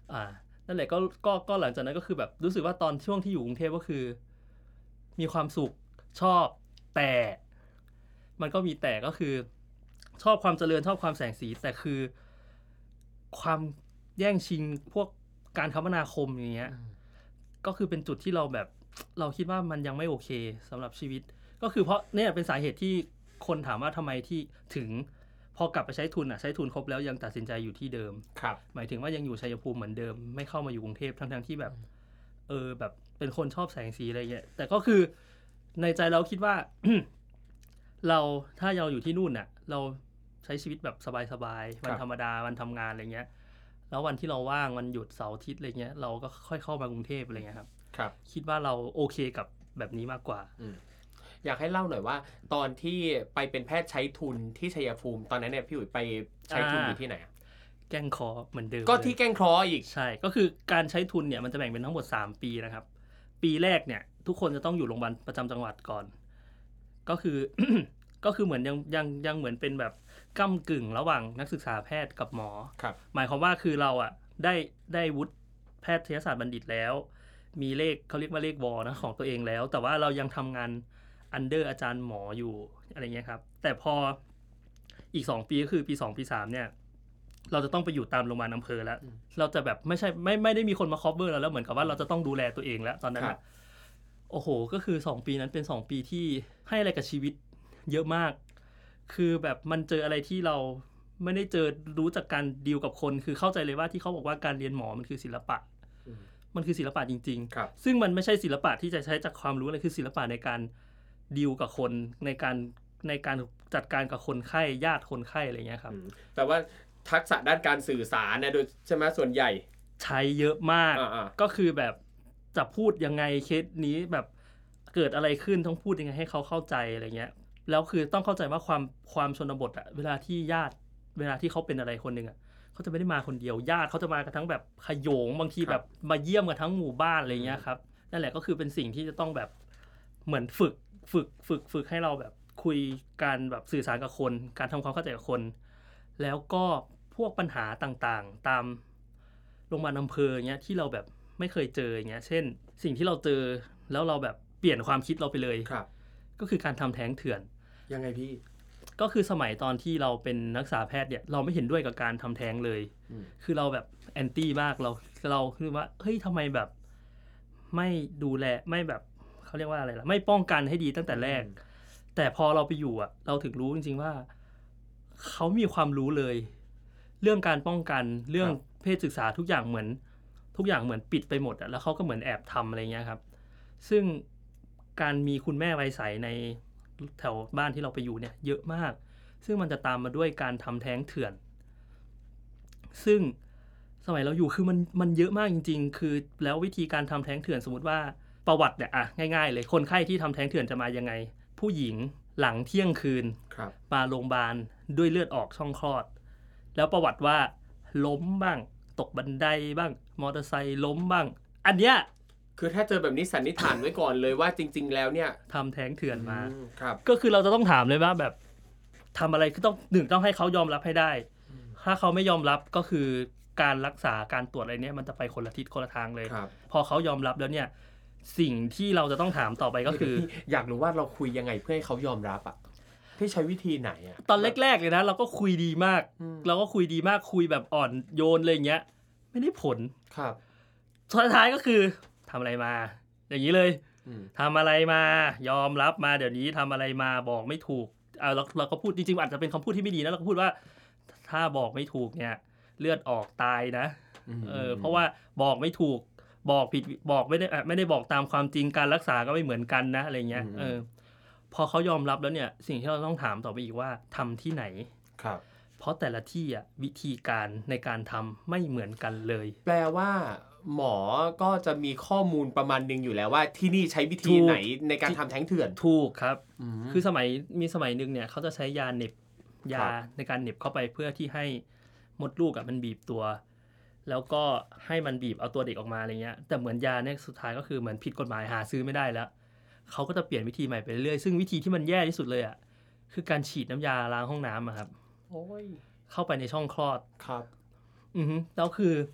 อ่านั่นแหละก็ก็ก็หลังจากนั้นก็คือแบบรู้สึกว่าตอนช่วงที่อยู่กรุงเทพก็คือมีความสุขชอบแต่มันก็มีแต่ก็คือชอบความเจริญชอบความแสงสีแต่คือความแย่งชิงพวกการคมนาคมอย่างเงี้ยก็คือเป็นจุดที่เราแบบเราคิดว่ามันยังไม่โอเคสำหรับชีวิตก็คือเพราะเนี่ยเป็นสาเหตุที่คนถามว่าทำไมที่ถึงพอกลับไปใช้ทุนอ่ะใช้ทุนครบแล้วยังตัดสินใจอยู่ที่เดิมครับหมายถึงว่ายังอยู่ชัยภูมิเหมือนเดิมไม่เข้ามาอยู่กรุงเทพทั้งๆที่แบบเออแบบเป็นคนชอบแสงสีอะไรเงี้ยแต่ก็คือในใจเราคิดว่า เราถ้าเราอยู่ที่นู่นน่ะเราใช้ชีวิตแบบสบายๆวันธรรมดาวันทำงานอะไรเงี้ยแล้ววันที่เราว่างวันหยุดเสาร์อาทิตย์อะไรเงี้ยเราก็ค่อยเข้ามากรุงเทพอะไรเงี้ยครับครับคิดว่าเราโอเคกับแบบนี้มากกว่าอยากให้เล่าหน่อยว่าตอนที่ไปเป็นแพทย์ใช้ทุนที่ชัยภูมิตอนนั้นเนี่ยพี่อุ๋ยไปใช้ทุนอยู่ที่ไหนแก้งคอเหมือนเดิมก็ที่แก้งคออีกใช่ก็คือการใช้ทุนเนี่ยมันจะแบ่งเป็นทั้งหมดสามปีนะครับปีแรกเนี่ยทุกคนจะต้องอยู่โรงพยาบาลประจำจังหวัดก่อนก็คือ ก็คือเหมือนยังยังยังเหมือนเป็นแบบก้ำกึ่งระหว่างนักศึกษาแพทย์กับหมอหมายความว่าคือเราอ่ะได้ได้วุฒิแพทยศาสตร์บัณฑิตแล้วมีเลขเขาเรียกว่าเลขวอนะของตัวเองแล้วแต่ว่าเรายังทำงานอันเดอร์อาจารย์หมออยู่อะไรเงี้ยครับแต่พออีกสองปีก็คือปีสองปีสามเนี่ยเราจะต้องไปอยู่ตามโรงพยาบาลอำเภอแล้วเราจะแบบไม่ใช่ไม่ไม่ได้มีคนมาคอฟเวอร์เราแล้วเหมือนกับว่าเราจะต้องดูแลตัวเองแล้วตอนนั้นโอ้โหก็คือสองปีนั้นเป็นสองปีที่ให้อะไรกับชีวิตเยอะมากคือแบบมันเจออะไรที่เราไม่ได้เจอรู้จากการดีลกับคนคือเข้าใจเลยว่าที่เขาบอกว่าการเรียนหมอมันคือศิลปะมันคือศิลปะจริงๆซึ่งมันไม่ใช่ศิลปะที่จะใช้จากความรู้อะไรคือศิลปะในการดีลกับคนในการในการจัดการกับคนไข้ญาติคนไข้อะไรเงี้ยครับแต่ว่าทักษะด้านการสื่อสารนะโดยใช่ไหมส่วนใหญ่ใช้เยอะมากก็คือแบบจะพูดยังไงเคสนี้แบบเกิดอะไรขึ้นต้องพูดยังไงให้เขาเข้าใจอะไรเงี้ยแล้วคือต้องเข้าใจว่าความความชนบทอะเวลาที่ญาติเวลาที่เขาเป็นอะไรคนนึงอะเขาจะไม่ได้มาคนเดียวญาติเขาจะมากันทั้งแบบขโยงบางทีแบบมาเยี่ยมกันทั้งหมู่บ้านอะไรเงี้ยครับนั่นแหละก็คือเป็นสิ่งที่จะต้องแบบเหมือนฝึกฝึกฝึกฝึกให้เราแบบคุยการแบบสื่อสารกับคนการทำความเข้าใจกับคนแล้วก็พวกปัญหาต่างๆตามโรงพยาบาลอำเภอเงี้ยที่เราแบบไม่เคยเจออย่างเงี้ยเช่นสิ่งที่เราเจอแล้วเราแบบเปลี่ยนความคิดเราไปเลยก็คือการทำแท้งเถื่อนยังไงพี่ก็คือสมัยตอนที่เราเป็นนักศึกษาแพทย์เนี่ยเราไม่เห็นด้วยกับการทำแท้งเลยคือเราแบบแอนตี้มากเราเราคือว่าเฮ้ยทำไมแบบไม่ดูแลไม่แบบเขาเรียกว่าอะไรล่ะไม่ป้องกันให้ดีตั้งแต่แรกแต่พอเราไปอยู่อ่ะเราถึงรู้จริงๆว่าเขามีความรู้เลยเรื่องการป้องกันเรื่องเพศศึกษาทุกอย่างเหมือนทุกอย่างเหมือนปิดไปหมดอ่ะแล้วเขาก็เหมือนแอบทำอะไรเงี้ยครับซึ่งการมีคุณแม่ไวยใสในแถวบ้านที่เราไปอยู่เนี่ยเยอะมากซึ่งมันจะตามมาด้วยการทำแท้งเถื่อนซึ่งสมัยเราอยู่คือมันมันเยอะมากจริงๆคือแล้ววิธีการทำแท้งเถื่อนสมมติว่าประวัติเนี่ยอ่ะง่ายๆเลยคนไข้ที่ทำแท้งเถื่อนจะมายังไงผู้หญิงหลังเที่ยงคืนมาโรงพยาบาลด้วยเลือดออกช่องคลอดแล้วประวัติว่าล้มบ้างตกบันไดบ้างมอเตอร์ไซค์ล้มบ้างอันเนี้ยคือถ้าเจอแบบนี้สันนิษฐานไว้ก่อนเลยว่าจริงๆแล้วเนี่ยทำแท้งเถื่อนมาครับก็คือเราจะต้องถามเลยว่าแบบทำอะไรคือต้องหนึ่งต้องให้เขายอมรับให้ได้ถ้าเขาไม่ยอมรับก็คือการรักษาการตรวจอะไรเนี่ยมันจะไปคนละทิศคนละทางเลยพอเขายอมรับแล้วเนี่ยสิ่งที่เราจะต้องถามต่อไปก็คืออยากรู้ว่าเราคุยยังไงเพื่อให้เขายอมรับอ่ะพี่ใช้วิธีไหนอ่ะตอนแรกๆเลยนะเราก็คุยดีมากเราก็คุยดีมากคุยแบบอ่อนโยนเลยอย่างเงี้ยไม่ได้ผลครับสุดท้ายก็คือทำอะไรมาอย่างนี้เลยทำอะไรมายอมรับมาเดี๋ยวนี้ทำอะไรมาบอกไม่ถูกเอาเราเราก็พูดจริงๆอาจจะเป็นคำพูดที่ไม่ดีนะเราก็พูดว่าถ้าบอกไม่ถูกเนี่ยเลือดออกตายนะเออเพราะว่าบอกไม่ถูกบอกผิดบอกไม่ได้ไม่ได้บอกตามความจริงการรักษาก็ไม่เหมือนกันนะอะไรเงี้ยเออพอเขายอมรับแล้วเนี่ยสิ่งที่เราต้องถามต่อไปอีกว่าทำที่ไหนครับเพราะแต่ละที่อ่ะวิธีการในการทำไม่เหมือนกันเลยแปลว่าหมอก็จะมีข้อมูลประมาณนึงอยู่แล้วว่าที่นี่ใช้วิธีไหนในการทำแท้งเถื่อนถูกครับคือสมัยมีสมัยนึงเนี่ยเขาจะใช้ยาเหน็บยาในการเหน็บเข้าไปเพื่อที่ให้มดลูกอ่ะมันบีบตัวแล้วก็ให้มันบีบเอาตัวเด็กออกมาอะไรเงี้ยแต่เหมือนยาเนี่ยสุดท้ายก็คือเหมือนผิดกฎหมายหาซื้อไม่ได้แล้วเขาก็จะเปลี่ยนวิธีใหม่ไปเรื่อยซึ่งวิธีที่มันแย่ที่สุดเลยอ่ะคือการฉีดน้ำยาล้างห้องน้ำอะครับโอ้ยเข้าไปในช่องคลอดครับอือฮึแล้วคือ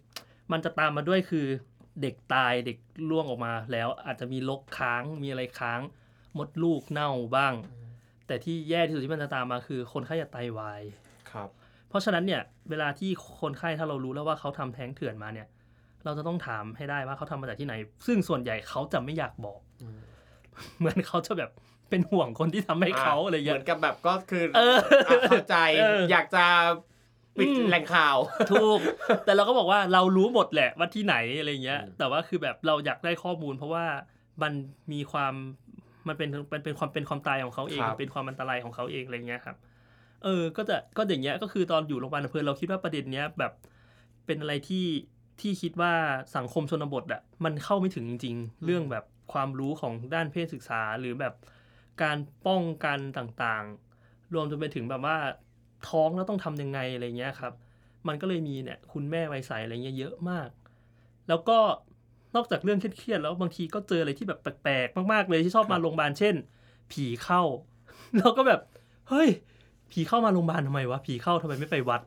มันจะตามมาด้วยคือเด็กตายเด็กร่วงออกมาแล้วอาจจะมีรกค้างมีอะไรค้างมดลูกเน่าบ้างแต่ที่แย่ที่สุดที่มันจะตามมาคือคนไข้จะไตวายครับเพราะฉะนั้นเนี่ยเวลาที่คนไข้ถ้าเรารู้แล้วว่าเขาทำแท้งเถื่อนมาเนี่ยเราจะต้องถามให้ได้ว่าเขาทำมาจากที่ไหนซึ่งส่วนใหญ่เขาจะไม่อยากบอกเหมือนเขาจะแบบเป็นห่วงคนที่ทำให้เขาอะไรอย่างเงี้ยเหมือนกับแบบก็คือเข้าใจอยากจะปิดแหล่งข่าวถูกแต่เราก็บอกว่าเรารู้หมดแหละว่าที่ไหนอะไรเงี้ยแต่ว่าคือแบบเราอยากได้ข้อมูลเพราะว่ามันมีความมันเป็นมันเป็นความเป็นความตายของเขาเองเป็นความอันตรายของเขาเองอะไรเงี้ยครับเออก็จะก็อย่างเงี้ยก็คือตอนอยู่โรงพยาบาลอำเภอเราคิดว่าประเด็นเนี้ยแบบเป็นอะไรที่ที่คิดว่าสังคมชนบทอ่ะมันเข้าไม่ถึงจริงๆเรื่องแบบความรู้ของด้านเพศศึกษาหรือแบบการป้องกันต่างๆรวมจนไปถึงแบบว่าท้องแล้วต้องทำยังไงอะไรเงี้ยครับมันก็เลยมีเนี่ยคุณแม่วัยใสอะไรเงี้ยเยอะมากแล้วก็นอกจากเรื่องเครียดๆแล้วบางทีก็เจออะไรที่แบบแปลกๆมากๆเลยที่ชอบมาโรงพยาบาลเช่นผีเข้าเราก็แบบเฮ้ยผีเข้ามาโรงพยาบาลทำไมวะผีเข้าทำไมไม่ไปวัด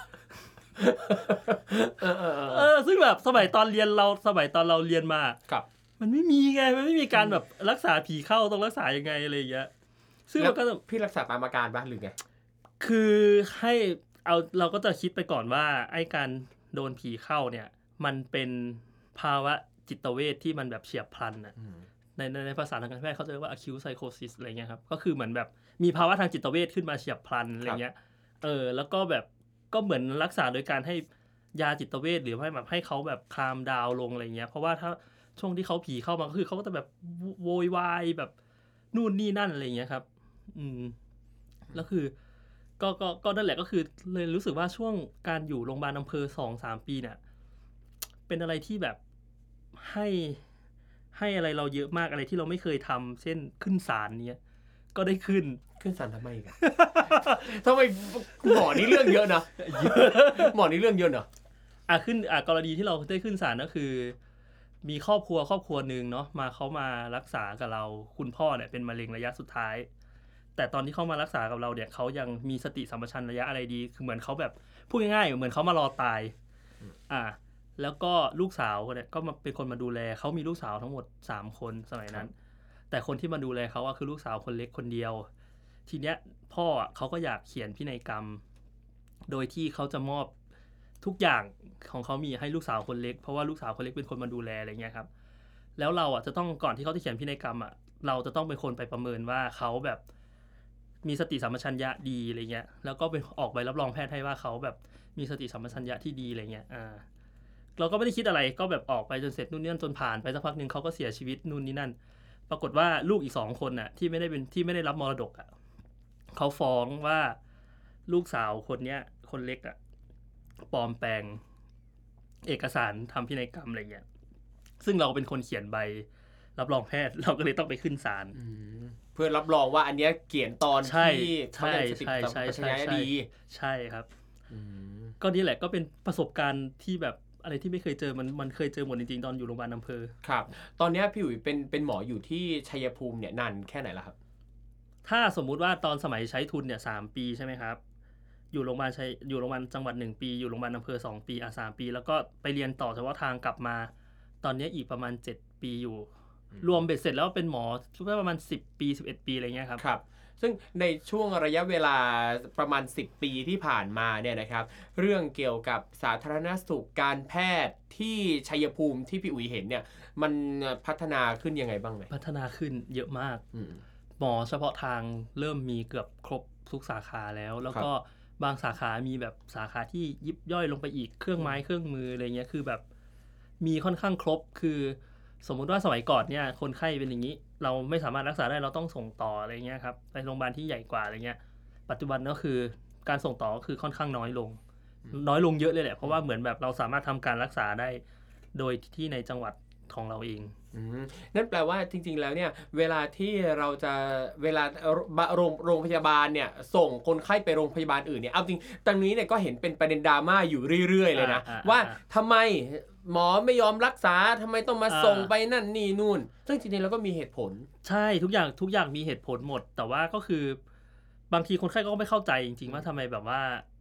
เออเออซึ่งแบบสมัยตอนเรียนเราสมัยตอนเราเรียนมาครับมันไม่มีไงมันไม่มีการแบบรักษาผีเข้าต้องรักษายังไงอะไรอย่างเงี้ยซึ่งเราก็พี่รักษาตามอาการป่ะหรือไงคือให้เอาเราก็จะคิดไปก่อนว่าไอ้การโดนผีเข้าเนี่ยมันเป็นภาวะจิตเวชที่มันแบบเฉียบพลันน่ะในในภาษาทางการแพทย์เขาจะเรียกว่า acute psychosis อะไรเงี้ยครับก็คือเหมือนแบบมีภาวะทางจิตเวชขึ้นมาเฉียบพลันอะไรเงี้ยเออแล้วก็แบบก็เหมือนรักษาโดยการให้ยาจิตเวชหรือให้แบบให้เขาแบบคลามดาวลงอะไรเงี้ยเพราะว่าถ้าช่วงที่เขาผีเข้ามาก็คือเขาก็จะแบบโวยวายแบบนู่นนี่นั่นอะไรเงี้ยครับอืมแล้วคือก็ก็ก็นั่นแหละก็คือเลยรู้สึกว่าช่วงการอยู่โรงพยาบาลอำเภอ สองถึงสาม ปีเนี่ยเป็นอะไรที่แบบให้ให้อะไรเราเยอะมากอะไรที่เราไม่เคยทำเช่นขึ้นศาลเนี้ยก็ได้ขึ้นขึ้นศาลทำไมกันทำไมหมอนี่เรื่องเยอะนะหมอนี่เรื่องเยอะเนอะอ่ะขึ้นอ่ะกรณีที่เราได้ขึ้นศาลก็คือมีครอบครัวครอบครัวนึงเนาะมาเขามารักษากับเราคุณพ่อเนี่ยเป็นมะเร็งระยะสุดท้ายแต่ตอนที่เขามารักษากับเราเนี่ยเขายังมีสติสัมปชัญญะอะไรดีคือเหมือนเขาแบบพูดง่ายๆเหมือนเขามารอตายอ่ะแล้วก็ลูกสาวเนี่ยก็มาเป็นคนมาดูแลเขามีลูกสาวทั้งหมดสามคนสมัยนั้นแต่คนที่มาดูแลเขาอะคือลูกสาวคนเล็กคนเดียวทีเนี้ยพ่อเขาก็อยากเขียนพินัยกรรมโดยที่เขาจะมอบทุกอย่างของเขามีให้ลูกสาวคนเล็กเพราะว่าลูกสาวคนเล็กเป็นคนมาดูแลอะไรเงี้ยครับแล้วเราอ่ะจะต้องก่อนที่เขาจะเขียนพินัยกรรมอ่ะเราจะต้องเป็นคนไปประเมินว่าเขาแบบมีสติสัมปชัญญะดีอะไรเงี้ยแล้วก็ไปออกใบรับรองแพทย์ให้ว่าเขาแบบมีสติสัมปชัญญะที่ดีอะไรเงี้ยอ่าเราก็ไม่ได้คิดอะไรก็แบบออกไปจนเสร็จนู่นนี่นั่นจนผ่านไปสักพักนึงเขาก็เสียชีวิตนู่นนี่นั่นปรากฏว่าลูกอีกสองคนน่ะที่ไม่ได้เป็นที่ไม่ได้รับมรดกอ่ะเขาฟ้องว่าลูกสาวคนเนี้ยคนเล็กอ่ะปลอมแปลงเอกสารทำพินัยกรรมอะไรเงี้ยซึ่งเราเป็นคนเขียนใบรับรองแพทย์เราก็เลยต้องไปขึ้นศาลเพื่อรับรองว่าอันเนี้ยเขียนตอนที่เขาเป็นสติสัมปชัญญะดีใช่ครับก็นี่แหละก็เป็นประสบการณ์ที่แบบอะไรที่ไม่เคยเจอมันมันเคยเจอหมดจริงๆตอนอยู่โรงพยาบาลอำเภอครับตอนนี้พี่อุ๋ยเป็นเป็นหมออยู่ที่ชัยภูมิเนี่ยนานแค่ไหนแล้วครับถ้าสมมุติว่าตอนสมัยใช้ทุนเนี่ยสามปีใช่ไหมครับอยู่โรงพยาบาลชัยอยู่โรงพยาบาลจังหวัดหนึ่งปีอยู่โรงพยาบาลอำเภอสองปีอ่ะสามปีแล้วก็ไปเรียนต่อเฉพาะทางกลับมาตอนนี้อีกประมาณเจ็ดปีอยู่รวมเบ็ดเสร็จแล้วเป็นหมอคิดว่าประมาณสิบปีสิบเอ็ดปีอะไรเงี้ยครับครับซึ่งในช่วงระยะเวลาประมาณสิบปีที่ผ่านมาเนี่ยนะครับเรื่องเกี่ยวกับสาธารณสุขการแพทย์ที่ชัยภูมิที่พี่อุ๋ยเห็นเนี่ยมันพัฒนาขึ้นยังไงบ้างไหมพัฒนาขึ้นเยอะมากหมอเฉพาะทางเริ่มมีเกือบครบทุกสาขาแล้วแล้วก็บางสาขามีแบบสาขาที่ยิบย่อยลงไปอีกเครื่องไม้เครื่องมืออะไรเงี้ยคือแบบมีค่อนข้างครบคือสมมุติว่าสมัยก่อนเนี่ยคนไข้เป็นอย่างนี้เราไม่สามารถรักษาได้เราต้องส่งต่ออะไรเงี้ยครับไปโรงพยาบาลที่ใหญ่กว่าอะไรเงี้ยปัจจุบันก็คือการส่งต่อก็คือค่อนข้างน้อยลงน้อยลงเยอะเลยแหละเพราะว่าเหมือนแบบเราสามารถทำการรักษาได้โดยที่ในจังหวัดของเราเองนั่นแปลว่าจริงๆแล้วเนี่ยเวลาที่เราจะเวลาโรงโรงพยาบาลเนี่ยส่งคนไข้ไปโรงพยาบาลอื่นเนี่ยเอาจริงตรงนี้เนี่ยก็เห็นเป็นประเด็นดราม่าอยู่เรื่อยๆเลยนะว่าทำไมหมอไม่ยอมรักษาทำไมต้องมาส่งไปนั่นนี่นู่นซึ่งจริงๆแล้วก็มีเหตุผลใช่ทุกอย่างทุกอย่างมีเหตุผลหมดแต่ว่าก็คือบางทีคนไข้ก็ไม่เข้าใจจริงๆว่าทำไมแบบว่า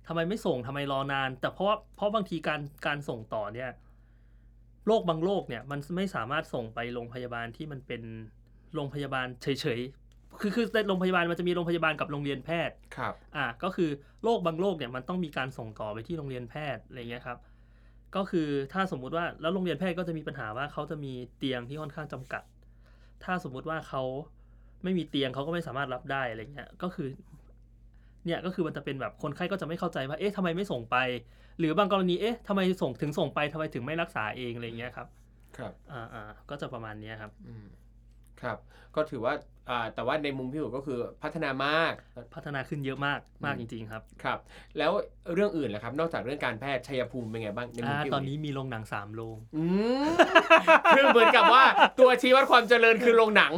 ทำไมไม่ส่งทำไมรอนานแต่เพราะว่าเพราะบางทีการการส่งต่อเนี่ยโรคบางโรคเนี่ยมันไม่สามารถส่งไปโรงพยาบาลที่มันเป็นโรงพยาบาลเฉยๆคือคือในโรงพยาบาลมันจะมีโรงพยาบาลกับโรงเรียนแพทย์ครับอ่าก็คือโรคบางโรคเนี่ยมันต้องมีการส่งต่อไปที่โรงเรียนแพทย์อะไรเงี้ยครับก็คือถ้าสมมุติว่าแล้วโรงเรียนแพทย์ก็จะมีปัญหาว่าเขาจะมีเตียงที่ค่อนข้างจำกัดถ้าสมมุติว่าเขาไม่มีเตียงเขาก็ไม่สามารถรับได้อะไรเงี้ยก็คือเนี่ยก็คือมันจะเป็นแบบคนไข้ก็จะไม่เข้าใจว่าเอ๊ะทำไมไม่ส่งไปหรือบางกรณีเอ๊ะทำไมส่งถึงส่งไปทำไมถึงไม่รักษาเองอะไรเงี้ยครับครับอ่าอ่าก็จะประมาณนี้ครับอืมครับก็ถือว่าอ่าแต่ว่าในมุมพี่อู๋ก็คือพัฒนามากพัฒนาขึ้นเยอะมากมากจริงๆครับครับแล้วเรื่องอื่นล่ะครับนอกจากเรื่องการแพทย์ชัยภูมิเป็นไงบ้างในมุมพี่อู๋ตอนนี้มีโรงหนังสามโรงอืมคือเหมือนกับว่าตัวชี้วัดความเจริญคือโรงหนัง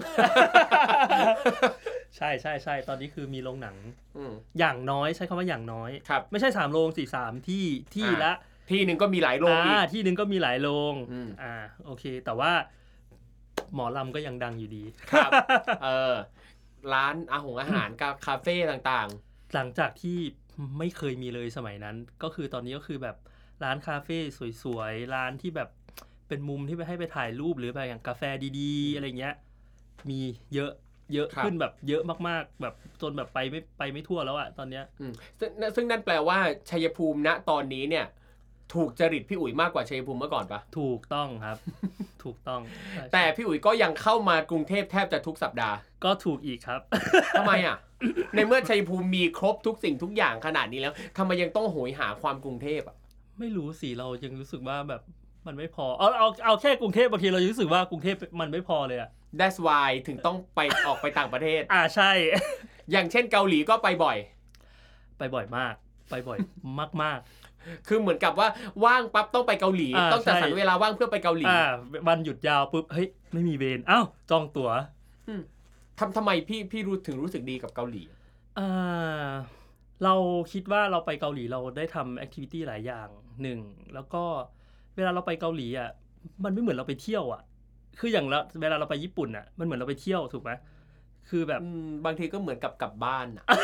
ใช่ใช่ใช่ตอนนี้คือมีโรงหนังอย่างน้อยใช้คำว่าอย่างน้อยไม่ใช่สามโรงสี่สามที่ที่ละที่นึงก็มีหลายโรงอีกที่นึงก็มีหลายโรงอ่าโอเคแต่ว่าหมอลำก็ยังดังอยู่ดีครับเออร้านอาหงอาหารกับคาเฟ่ต่างๆหลังจากที่ไม่เคยมีเลยสมัยนั้นก็คือตอนนี้ก็คือแบบร้านคาเฟ่สวยๆร้านที่แบบเป็นมุมที่ไปให้ไปถ่ายรูปหรือแบบอย่างกาแฟดีๆอะไรเงี้ยมีเยอะเยอะขึ้นแบบเยอะมากๆแบบจนแบบไปไม่ไปไม่ทั่วแล้วอะตอนเนี้ยซึ่งซึ่งนั่นแปลว่าชัยภูมิณตอนนี้เนี่ยถูกจริตพี่อุ๋ยมากกว่าชัยภูมิเมื่อก่อนปะถูกต้องครับ ถูกต้องแต่พี่อุ๋ยก็ยังเข้ามากรุงเทพแทบจะทุกสัปดาห์ก็ถูกอีกครับทำไมอ่ะ ในเมื่อชัยภูมิมีครบทุกสิ่งทุกอย่างขนาดนี้แล้วทำไมยังต้องโหยหาความกรุงเทพอ่ะไม่รู้สิเรายังรู้สึกว่าแบบมันไม่พอเอาเอาเอาแค่กรุงเทพบางทีเรารู้สึกว่ากรุงเทพมันไม่พอเลยอ่ะ That's why ถึงต้องไปออกไปต่างประเทศอ่าใช่อย่างเช่นเกาหลีก็ไปบ่อยไปบ่อยมากไปบ่อยมากๆคือเหมือนกับว่าว่างปั๊บต้องไปเกาหลีต้องจัดสรรเวลาว่างเพื่อไปเกาหลีอ่าวันหยุดยาวปุ๊บเฮ้ยไม่มีเวรอ้าวจองตั๋วทำทำไมพี่พี่รู้ถึงรู้สึกดีกับเกาหลีอ่าเราคิดว่าเราไปเกาหลีเราได้ทำแอคทิวิตี้หลายอย่างหนึ่งแล้วก็เวลาเราไปเกาหลีอ่ะมันไม่เหมือนเราไปเที่ยวอ่ะคืออย่างละเวลาเราไปญี่ปุ่นอ่ะมันเหมือนเราไปเที่ยวถูกไหมคือแบบบางทีก็เหมือนกับกลับบ้านอ่ะ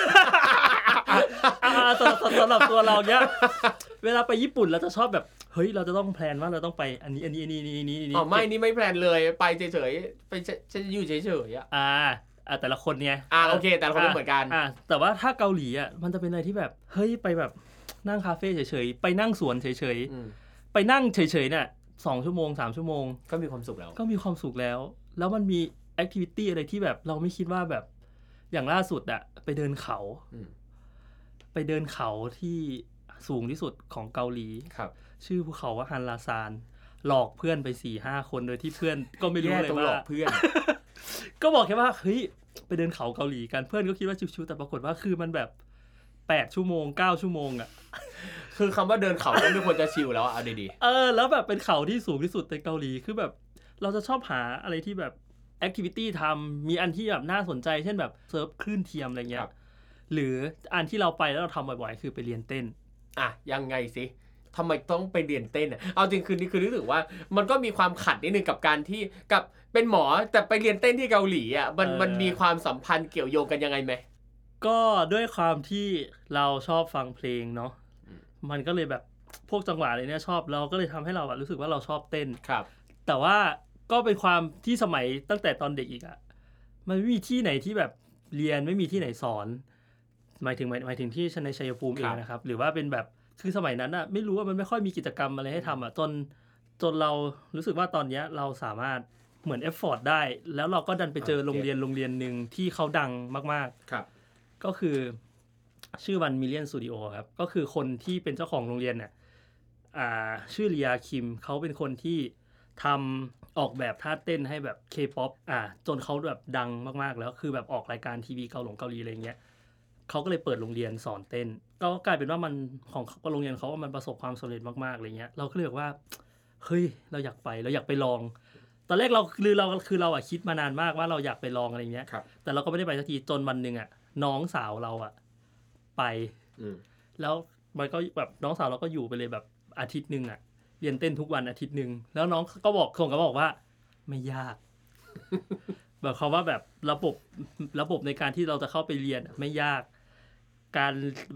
สำหรับตัวเราเนี้ยเวลาไปญี่ปุ่นเราจะชอบแบบเฮ้ยเราจะต้องแพลนว่าเราต้องไปอันนี้อันนี้อันนี้อันนี้อันนี้อ๋อไม่นี่ไม่แพลนเลยไปเฉยๆไปจะอยู่เฉยๆอ่ะอ่าอ่าแต่ละคนไงอ่าโอเคแต่ละคนไม่เหมือนกันอ่าแต่ว่าถ้าเกาหลีอ่ะมันจะเป็นอะไรที่แบบเฮ้ยไปแบบนั่งคาเฟ่เฉยๆไปนั่งสวนเฉยๆไปนั่งเฉยๆเนี่ยสองชั่วโมงสามชั่วโมงก็มีความสุขแล้วก็มีความสุขแล้วแล้วมันมีแอคทิวิตี้อะไรที่แบบเราไม่คิดว่าแบบอย่างล่าสุดอะไปเดินเขาไปเดินเขาที่สูงที่สุดของเกาหลีชื่อภูเขาว่าฮันลาซานหลอกเพื่อนไป สี่ห้า คนโดยที่เพื่อนก็ไม่รู้เลยว่าหลอกเพื่อนก็บอกแค่ว่าเฮ้ยไปเดินเขาเกาหลีกันเพื่อนก็คิดว่าชิวๆแต่ปรากฏว่าคือมันแบบแปดชั่วโมงเก้าชั่วโมงอะคือคำว่าเดินเขาก็ไม่ควรจะชิวแล้วเอาดีๆเออแล้วแบบเป็นเขาที่สูงที่สุดในเกาหลีคือแบบเราจะชอบหาอะไรที่แบบแอคทิวิตี้ทำมีอันที่แบบน่าสนใจเช่นแบบเซิร์ฟคลื่นเทียมอะไรเงี้ยหรืออันที่เราไปแล้วเราทำบ่อยๆคือไปเรียนเต้นอ่ะยังไงสิทำไมต้องไปเรียนเต้นอ่ะเอาจริงคืนนี้คือรู้สึกว่ามันก็มีความขัดนิดนึงกับการที่กับเป็นหมอแต่ไปเรียนเต้นที่เกาหลีอ่ะมันมันมีความสัมพันธ์เกี่ยวโยงกันยังไงไหมก็ด้วยความที่เราชอบฟังเพลงเนาะมันก็เลยแบบพวกจังหวะอะไรเนี้ยชอบเราก็เลยทำให้เรารู้สึกว่าเราชอบเต้นครับแต่ว่าก็เป็นความที่สมัยตั้งแต่ตอนเด็กอีกอ่ะมันไม่มีที่ไหนที่แบบเรียนไม่มีที่ไหนสอนหมายถึงหมายถึงที่ในชัยภูมิเองนะครับหรือว่าเป็นแบบคือสมัยนั้นอ่ะไม่รู้ว่ามันไม่ค่อยมีกิจกรรมอะไรให้ทำอ่ะจนจนเรารู้สึกว่าตอนนี้เราสามารถเหมือนเอฟฟอร์ตได้แล้วเราก็ดันไปเจอโรงเรียนโรงเรียนนึงที่เขาดังมากๆครับก็คือชื่อวันมิลเลียนสตูดิโอครับก็คือคนที่เป็นเจ้าของโรงเรียนเนี่ยอ่าชื่อเลียคิมเขาเป็นคนที่ทำออกแบบท่าเต้นให้แบบ K-pop อ่าจนเขาแบบดังมากๆแล้วคือแบบออกรายการทีวีเกาหลงเกาหลีอะไรเงี้ยเขาก็เลยเปิดโรงเรียนสอนเต้นก็กลายเป็นว่ามันของโรงเรียนเขาว่ามันประสบความสำเร็จมากๆอะไรเงี้ยเราก็เลยบอกว่าเฮ้ยเราอยากไปเราอยากไปลองตอนแรกเราคือเราคือเราอ่ะคิดมานานมากว่าเราอยากไปลองอะไรเงี้ยแต่เราก็ไม่ได้ไปสักทีจนวันนึงอ่ะน้องสาวเราอ่ะไปแล้วมันก็แบบน้องสาวเราก็อยู่ไปเลยแบบอาทิตย์นึงอ่ะเรียนเต้นทุกวันอาทิตย์นึงแล้วน้องก็บอกส่งก็บอกว่าไม่ยาก แบบเขาว่าแบบระบบระบบในการที่เราจะเข้าไปเรียนไม่ยากการแบบ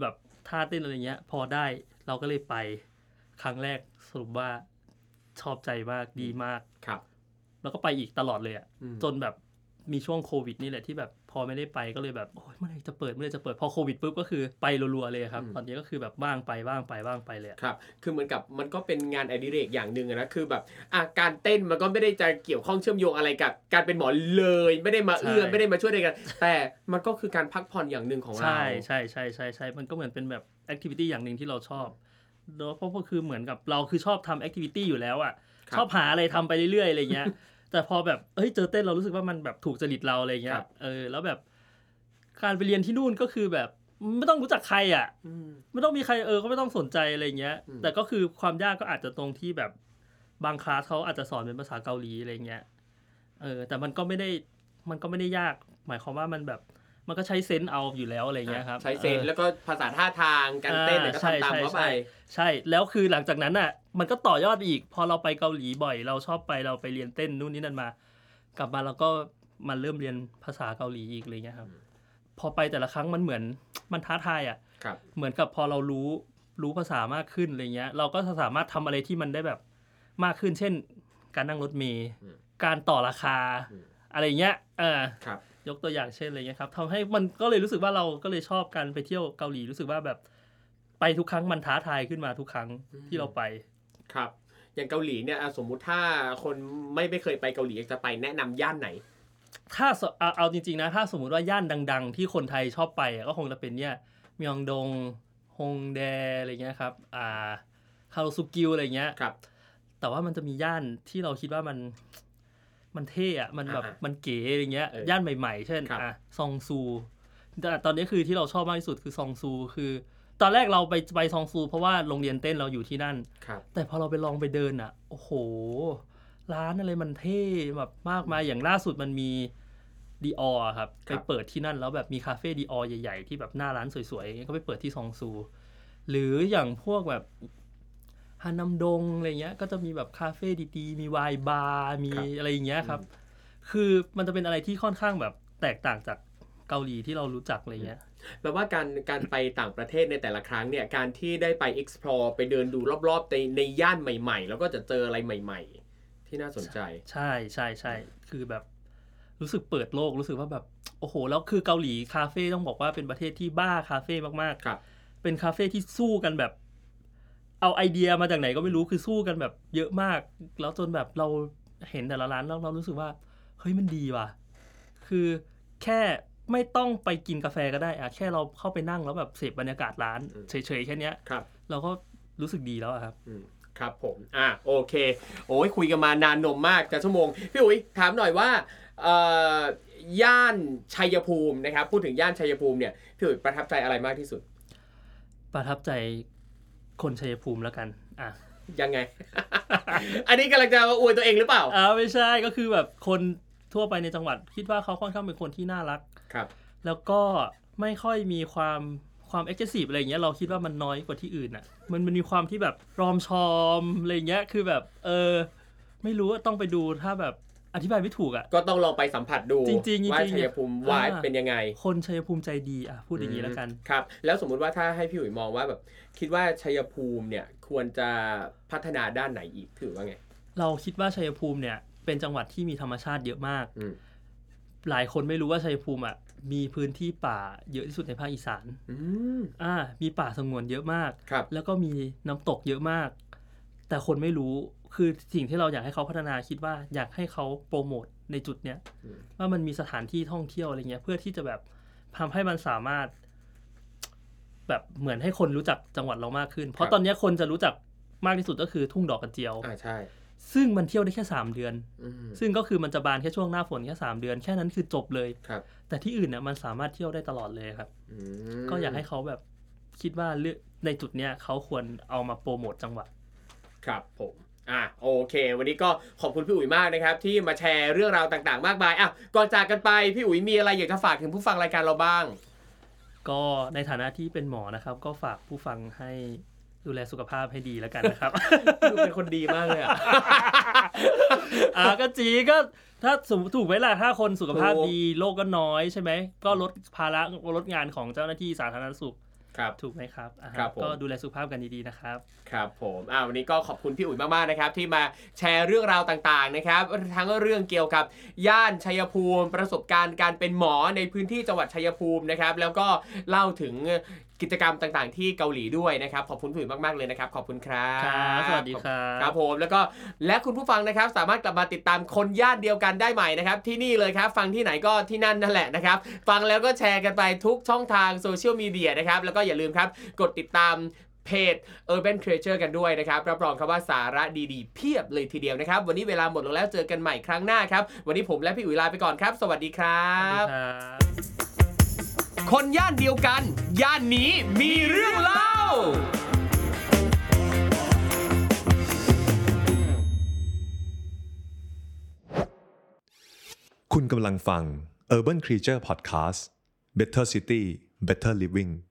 ท่าเต้นอะไรเงี้ยพอได้เราก็เลยไปครั้งแรกสรุปว่าชอบใจมากดีมากครับแล้วก็ไปอีกตลอดเลยอ่ะจนแบบมีช่วงโควิดนี่แหละที่แบบพอไม่ได้ไปก็เลยแบบโอ๊ยเมื่อไหร่จะเปิดเมื่อไหร่จะเปิดพอโควิดปุ๊บก็คือไปรัวๆเลยครับตอนนี้ก็คือแบบว่างไปว่างไปว่างไปเลยครับคือเหมือนกับมันก็เป็นงานอดิเรกอย่างนึงนะคือแบบอ่ะการเต้นมันก็ไม่ได้จะเกี่ยวข้องเชื่อมโยงอะไรกับการเป็นหมอเลยไม่ได้มาเอื้อไม่ได้มาช่วยอะไรกันแต่มันก็คือการพักผ่อนอย่างนึงของเราใช่ใช่ใช่ใช่ใช่มันก็เหมือนเป็นแบบแอคทิวิตี้อย่างนึงที่เราชอบเพราะก็คือเหมือนกับเราคือชอบทำแอคทิวิตี้อยู่แล้วอ่ะชอบหาอะไรทำไปเรื่อยๆอะไรเงี้ยแต่พอแบบเฮ้ยเจอเต้นเรารู้สึกว่ามันแบบถูกจริตเราอะไรเงี้ยเออแล้วแบบการไปเรียนที่นู่นก็คือแบบไม่ต้องรู้จักใครอ่ะไม่ต้องมีใครเออก็ไม่ต้องสนใจอะไรเงี้ยแต่ก็คือความยากก็อาจจะตรงที่แบบบางคลาสเขาอาจจะสอนเป็นภาษาเกาหลีอะไรเงี้ยเออแต่มันก็ไม่ได้มันก็ไม่ได้ยากหมายความว่ามันแบบมันก็ใช้เซนส์เอาอยู่แล้วอะไรเงี้ยครับใช้เซนส์แล้วก็ภาษาท่าทางการเต้นเนี่ยก็ทำตามเข้าไปใช่แล้วคือหลังจากนั้นอ่ะมันก็ต่อยอดไปอีกพอเราไปเกาหลีบ่อยเราชอบไปเราไปเรียนเต้นนู่นนี่นั่นมากลับมาเราก็มาเริ่มเรียนภาษาเกาหลีอีกอะไรเงี้ยครับพอไปแต่ละครั้งมันเหมือนมันท้าทายอ่ะเหมือนกับพอเรารู้รู้ภาษามากขึ้นอะไรเงี้ยเราก็สามารถทำอะไรที่มันได้แบบมากขึ้นเช่นการนั่งรถเมล์การต่อราคาอะไรเงี้ยเออยกตัวอย่างเช่นอะไรเงี้ยครับทำให้มันก็เลยรู้สึกว่าเราก็เลยชอบการไปเที่ยวเกาหลีรู้สึกว่าแบบไปทุกครั้งมันท้าทายขึ้นมาทุกครั้งที่เราไปครับอย่างเกาหลีเนี่ยสมมุติถ้าคนไม่ไม่เคยไปเกาหลีจะไปแนะนำย่านไหนถ้าเอาเอาจริงๆนะถ้าสมมุติว่าย่านดังๆที่คนไทยชอบไปก็คงจะเป็นเนี่ยมยองดงฮงแดอะไรเงี้ยครับอ่าคาโรซุกิวอะไรเงี้ยครับแต่ว่ามันจะมีย่านที่เราคิดว่ามันมันเท่อะมันแบบมันเก๋อะไรเงี้ยย่านใหม่ๆเช่นอ่ะซองซูแต่ตอนนี้คือที่เราชอบมากที่สุดคือซองซูคือตอนแรกเราไปไปซองซูเพราะว่าโรงเรียนเต้นเราอยู่ที่นั่นแต่พอเราไปลองไปเดินอ่ะโอ้โหร้านอะไรมันเท่แบบมากมายอย่างล่าสุดมันมีดีออร์ครับไปเปิดที่นั่นแล้วแบบมีคาเฟ่ดีออร์ใหญ่ๆที่แบบหน้าร้านสวยๆอย่างเงี้ยก็ไปเปิดที่ซองซูหรืออย่างพวกแบบฮานัมดงอะไรเงี้ยก็จะมีแบบคาเฟ่ดีๆมีไวน์บาร์มีอะไรอย่างเงี้ยครับคือมันจะเป็นอะไรที่ค่อนข้างแบบแตกต่างจากเกาหลีที่เรารู้จักอะไรเงี้ยแปลว่าการการไปต่างประเทศในแต่ละครั้งเนี่ยการที่ได้ไป explore ไปเดินดูรอบๆในในย่านใหม่ๆแล้วก็จะเจออะไรใหม่ๆที่น่าสนใจใช่ใช่ใช่คือแบบรู้สึกเปิดโลกรู้สึกว่าแบบโอ้โหแล้วคือเกาหลีคาเฟ่ต้องบอกว่าเป็นประเทศที่บ้าคาเฟ่มากๆครับเป็นคาเฟ่ที่สู้กันแบบเอาไอเดียมาจากไหนก็ไม่รู้คือสู้กันแบบเยอะมากแล้วจนแบบเราเห็นแต่ละร้านแล้วเรารู้สึกว่าเฮ้ยมันดีว่ะคือแค่ไม่ต้องไปกินกาแฟก็ได้อะแค่เราเข้าไปนั่งแล้วแบบเสพบรรยากาศร้านเฉยๆแค่นี้เราก็รู้สึกดีแล้วครับครับผมอ่ะโอเคโอ้ยคุยกันมานานนมมากจะชั่วโมงพี่อุ๋ยถามหน่อยว่าเอ่อย่านชัยภูมินะครับพูดถึงย่านชัยภูมิเนี่ยพี่อุ๋ยประทับใจอะไรมากที่สุดประทับใจคนชัยภูมิแล้วกันอ่ะยังไง อันนี้กำลังจะอวยตัวเองหรือเปล่าอ่าไม่ใช่ก็คือแบบคนทั่วไปในจังหวัดคิดว่าเขาค่อนข้างเป็นคนที่น่ารักครับแล้วก็ไม่ค่อยมีความความเอ็กซ์ซีฟอะไรอย่างเงี้ยเราคิดว่ามันน้อยกว่าที่อื่นอ่ะมันมันมีความที่แบบรอมชอมอะไรเงี้ยคือแบบเออไม่รู้ว่าต้องไปดูถ้าแบบอธิบายไม่ถูกอ่ะก็ต้องลองไปสัมผัสดูจริงๆว่าชัยภูมิวายเป็นยังไงคนชัยภูมิใจดีอ่ะพูดอย่างนี้แล้วกันครับแล้วสมมุติว่าถ้าให้พี่อุ๋ยมองว่าแบบคิดว่าชัยภูมิเนี่ยควรจะพัฒนาด้านไหนอีกถือว่าไงเราคิดว่าชัยภูมิเนี่ยเป็นจังหวัดที่มีธรรมชาติเยอะมากหลายคนไม่รู้ว่าชัยภูมิอ่ะมีพื้นที่ป่าเยอะที่สุดในภาคอีสานอ่ามีป่าสงวนเยอะมากแล้วก็มีน้ำตกเยอะมากแต่คนไม่รู้คือสิ่งที่เราอยากให้เขาพัฒนาคิดว่าอยากให้เขาโปรโมทในจุดเนี้ยว่ามันมีสถานที่ท่องเที่ยวอะไรเงี้ยเพื่อที่จะแบบทำให้มันสามารถแบบเหมือนให้คนรู้จักจังหวัดเรามากขึ้นเพราะตอนนี้คนจะรู้จักมากที่สุดก็คือทุ่งดอกกระเจียวอ่าใช่ซึ่งมันเที่ยวได้แค่สามเดือนซึ่งก็คือมันจะบานแค่ช่วงหน้าฝนแค่สามเดือนแค่นั้นคือจบเลยแต่ที่อื่นเนี่ยมันสามารถเที่ยวได้ตลอดเลยครับก็อยากให้เขาแบบคิดว่าในจุดเนี้ยเขาควรเอามาโปรโมทจังหวัดครับผมอ่ะโอเควันนี้ก็ขอบคุณพี่อุ๋ยมากนะครับที่มาแชร์เรื่องราวต่างๆมากมายอ่ะก่อนจากกันไปพี่อุ๋ยมีอะไรอยากจะฝากถึงผู้ฟังรายการเราบ้างก็ในฐานะที่เป็นหมอนะครับก็ฝากผู้ฟังให้ดูแลสุขภาพให้ดีแล้วกันนะครับดูเป็นคนดีมากเลยอ่ะอ่าก็จีก็ถ้าสมมติถูกไหมล่ะถ้าคนสุขภาพดีโรคก็น้อยใช่ไหมก็ลดภาระลดงานของเจ้าหน้าที่สาธารณสุขถูกไหมครับก็ดูแลสุขภาพกันดีๆนะครับครับผมอ่าวันนี้ก็ขอบคุณพี่อุ๋ยมากๆนะครับที่มาแชร์เรื่องราวต่างๆนะครับทั้งเรื่องเกี่ยวกับย่านชัยภูมิประสบการณ์การเป็นหมอในพื้นที่จังหวัดชัยภูมินะครับแล้วก็เล่าถึงกิจกรรมต่างๆที่เกาหลีด้วยนะครับขอบคุณพี่อุ๋ยมากๆเลยนะครับขอบคุณครับครับสวัสดีครับครับผมแล้วก็และคุณผู้ฟังนะครับสามารถกลับมาติดตามคนย่านเดียวกันได้ใหม่นะครับที่นี่เลยครับฟังที่ไหนก็ที่นั่นนั่นแหละนะครับฟังแล้วก็แชร์กันไปทุกช่องทางโซเชียลมีเดียนะครับแล้วก็อย่าลืมครับกดติดตามเพจ Urban Creature กันด้วยนะครับรับรองครับว่าสาระดีๆเพียบเลยทีเดียวนะครับวันนี้เวลาหมดลงแล้วเจอกันใหม่ครั้งหน้าครับวันนี้ผมและพี่อุ๋ยลาไปก่อนครับสวัสดีครับคนย่านเดียวกันย่านนี้มีเรื่องเล่าคุณกำลังฟัง Urban Creature Podcast Better City Better Living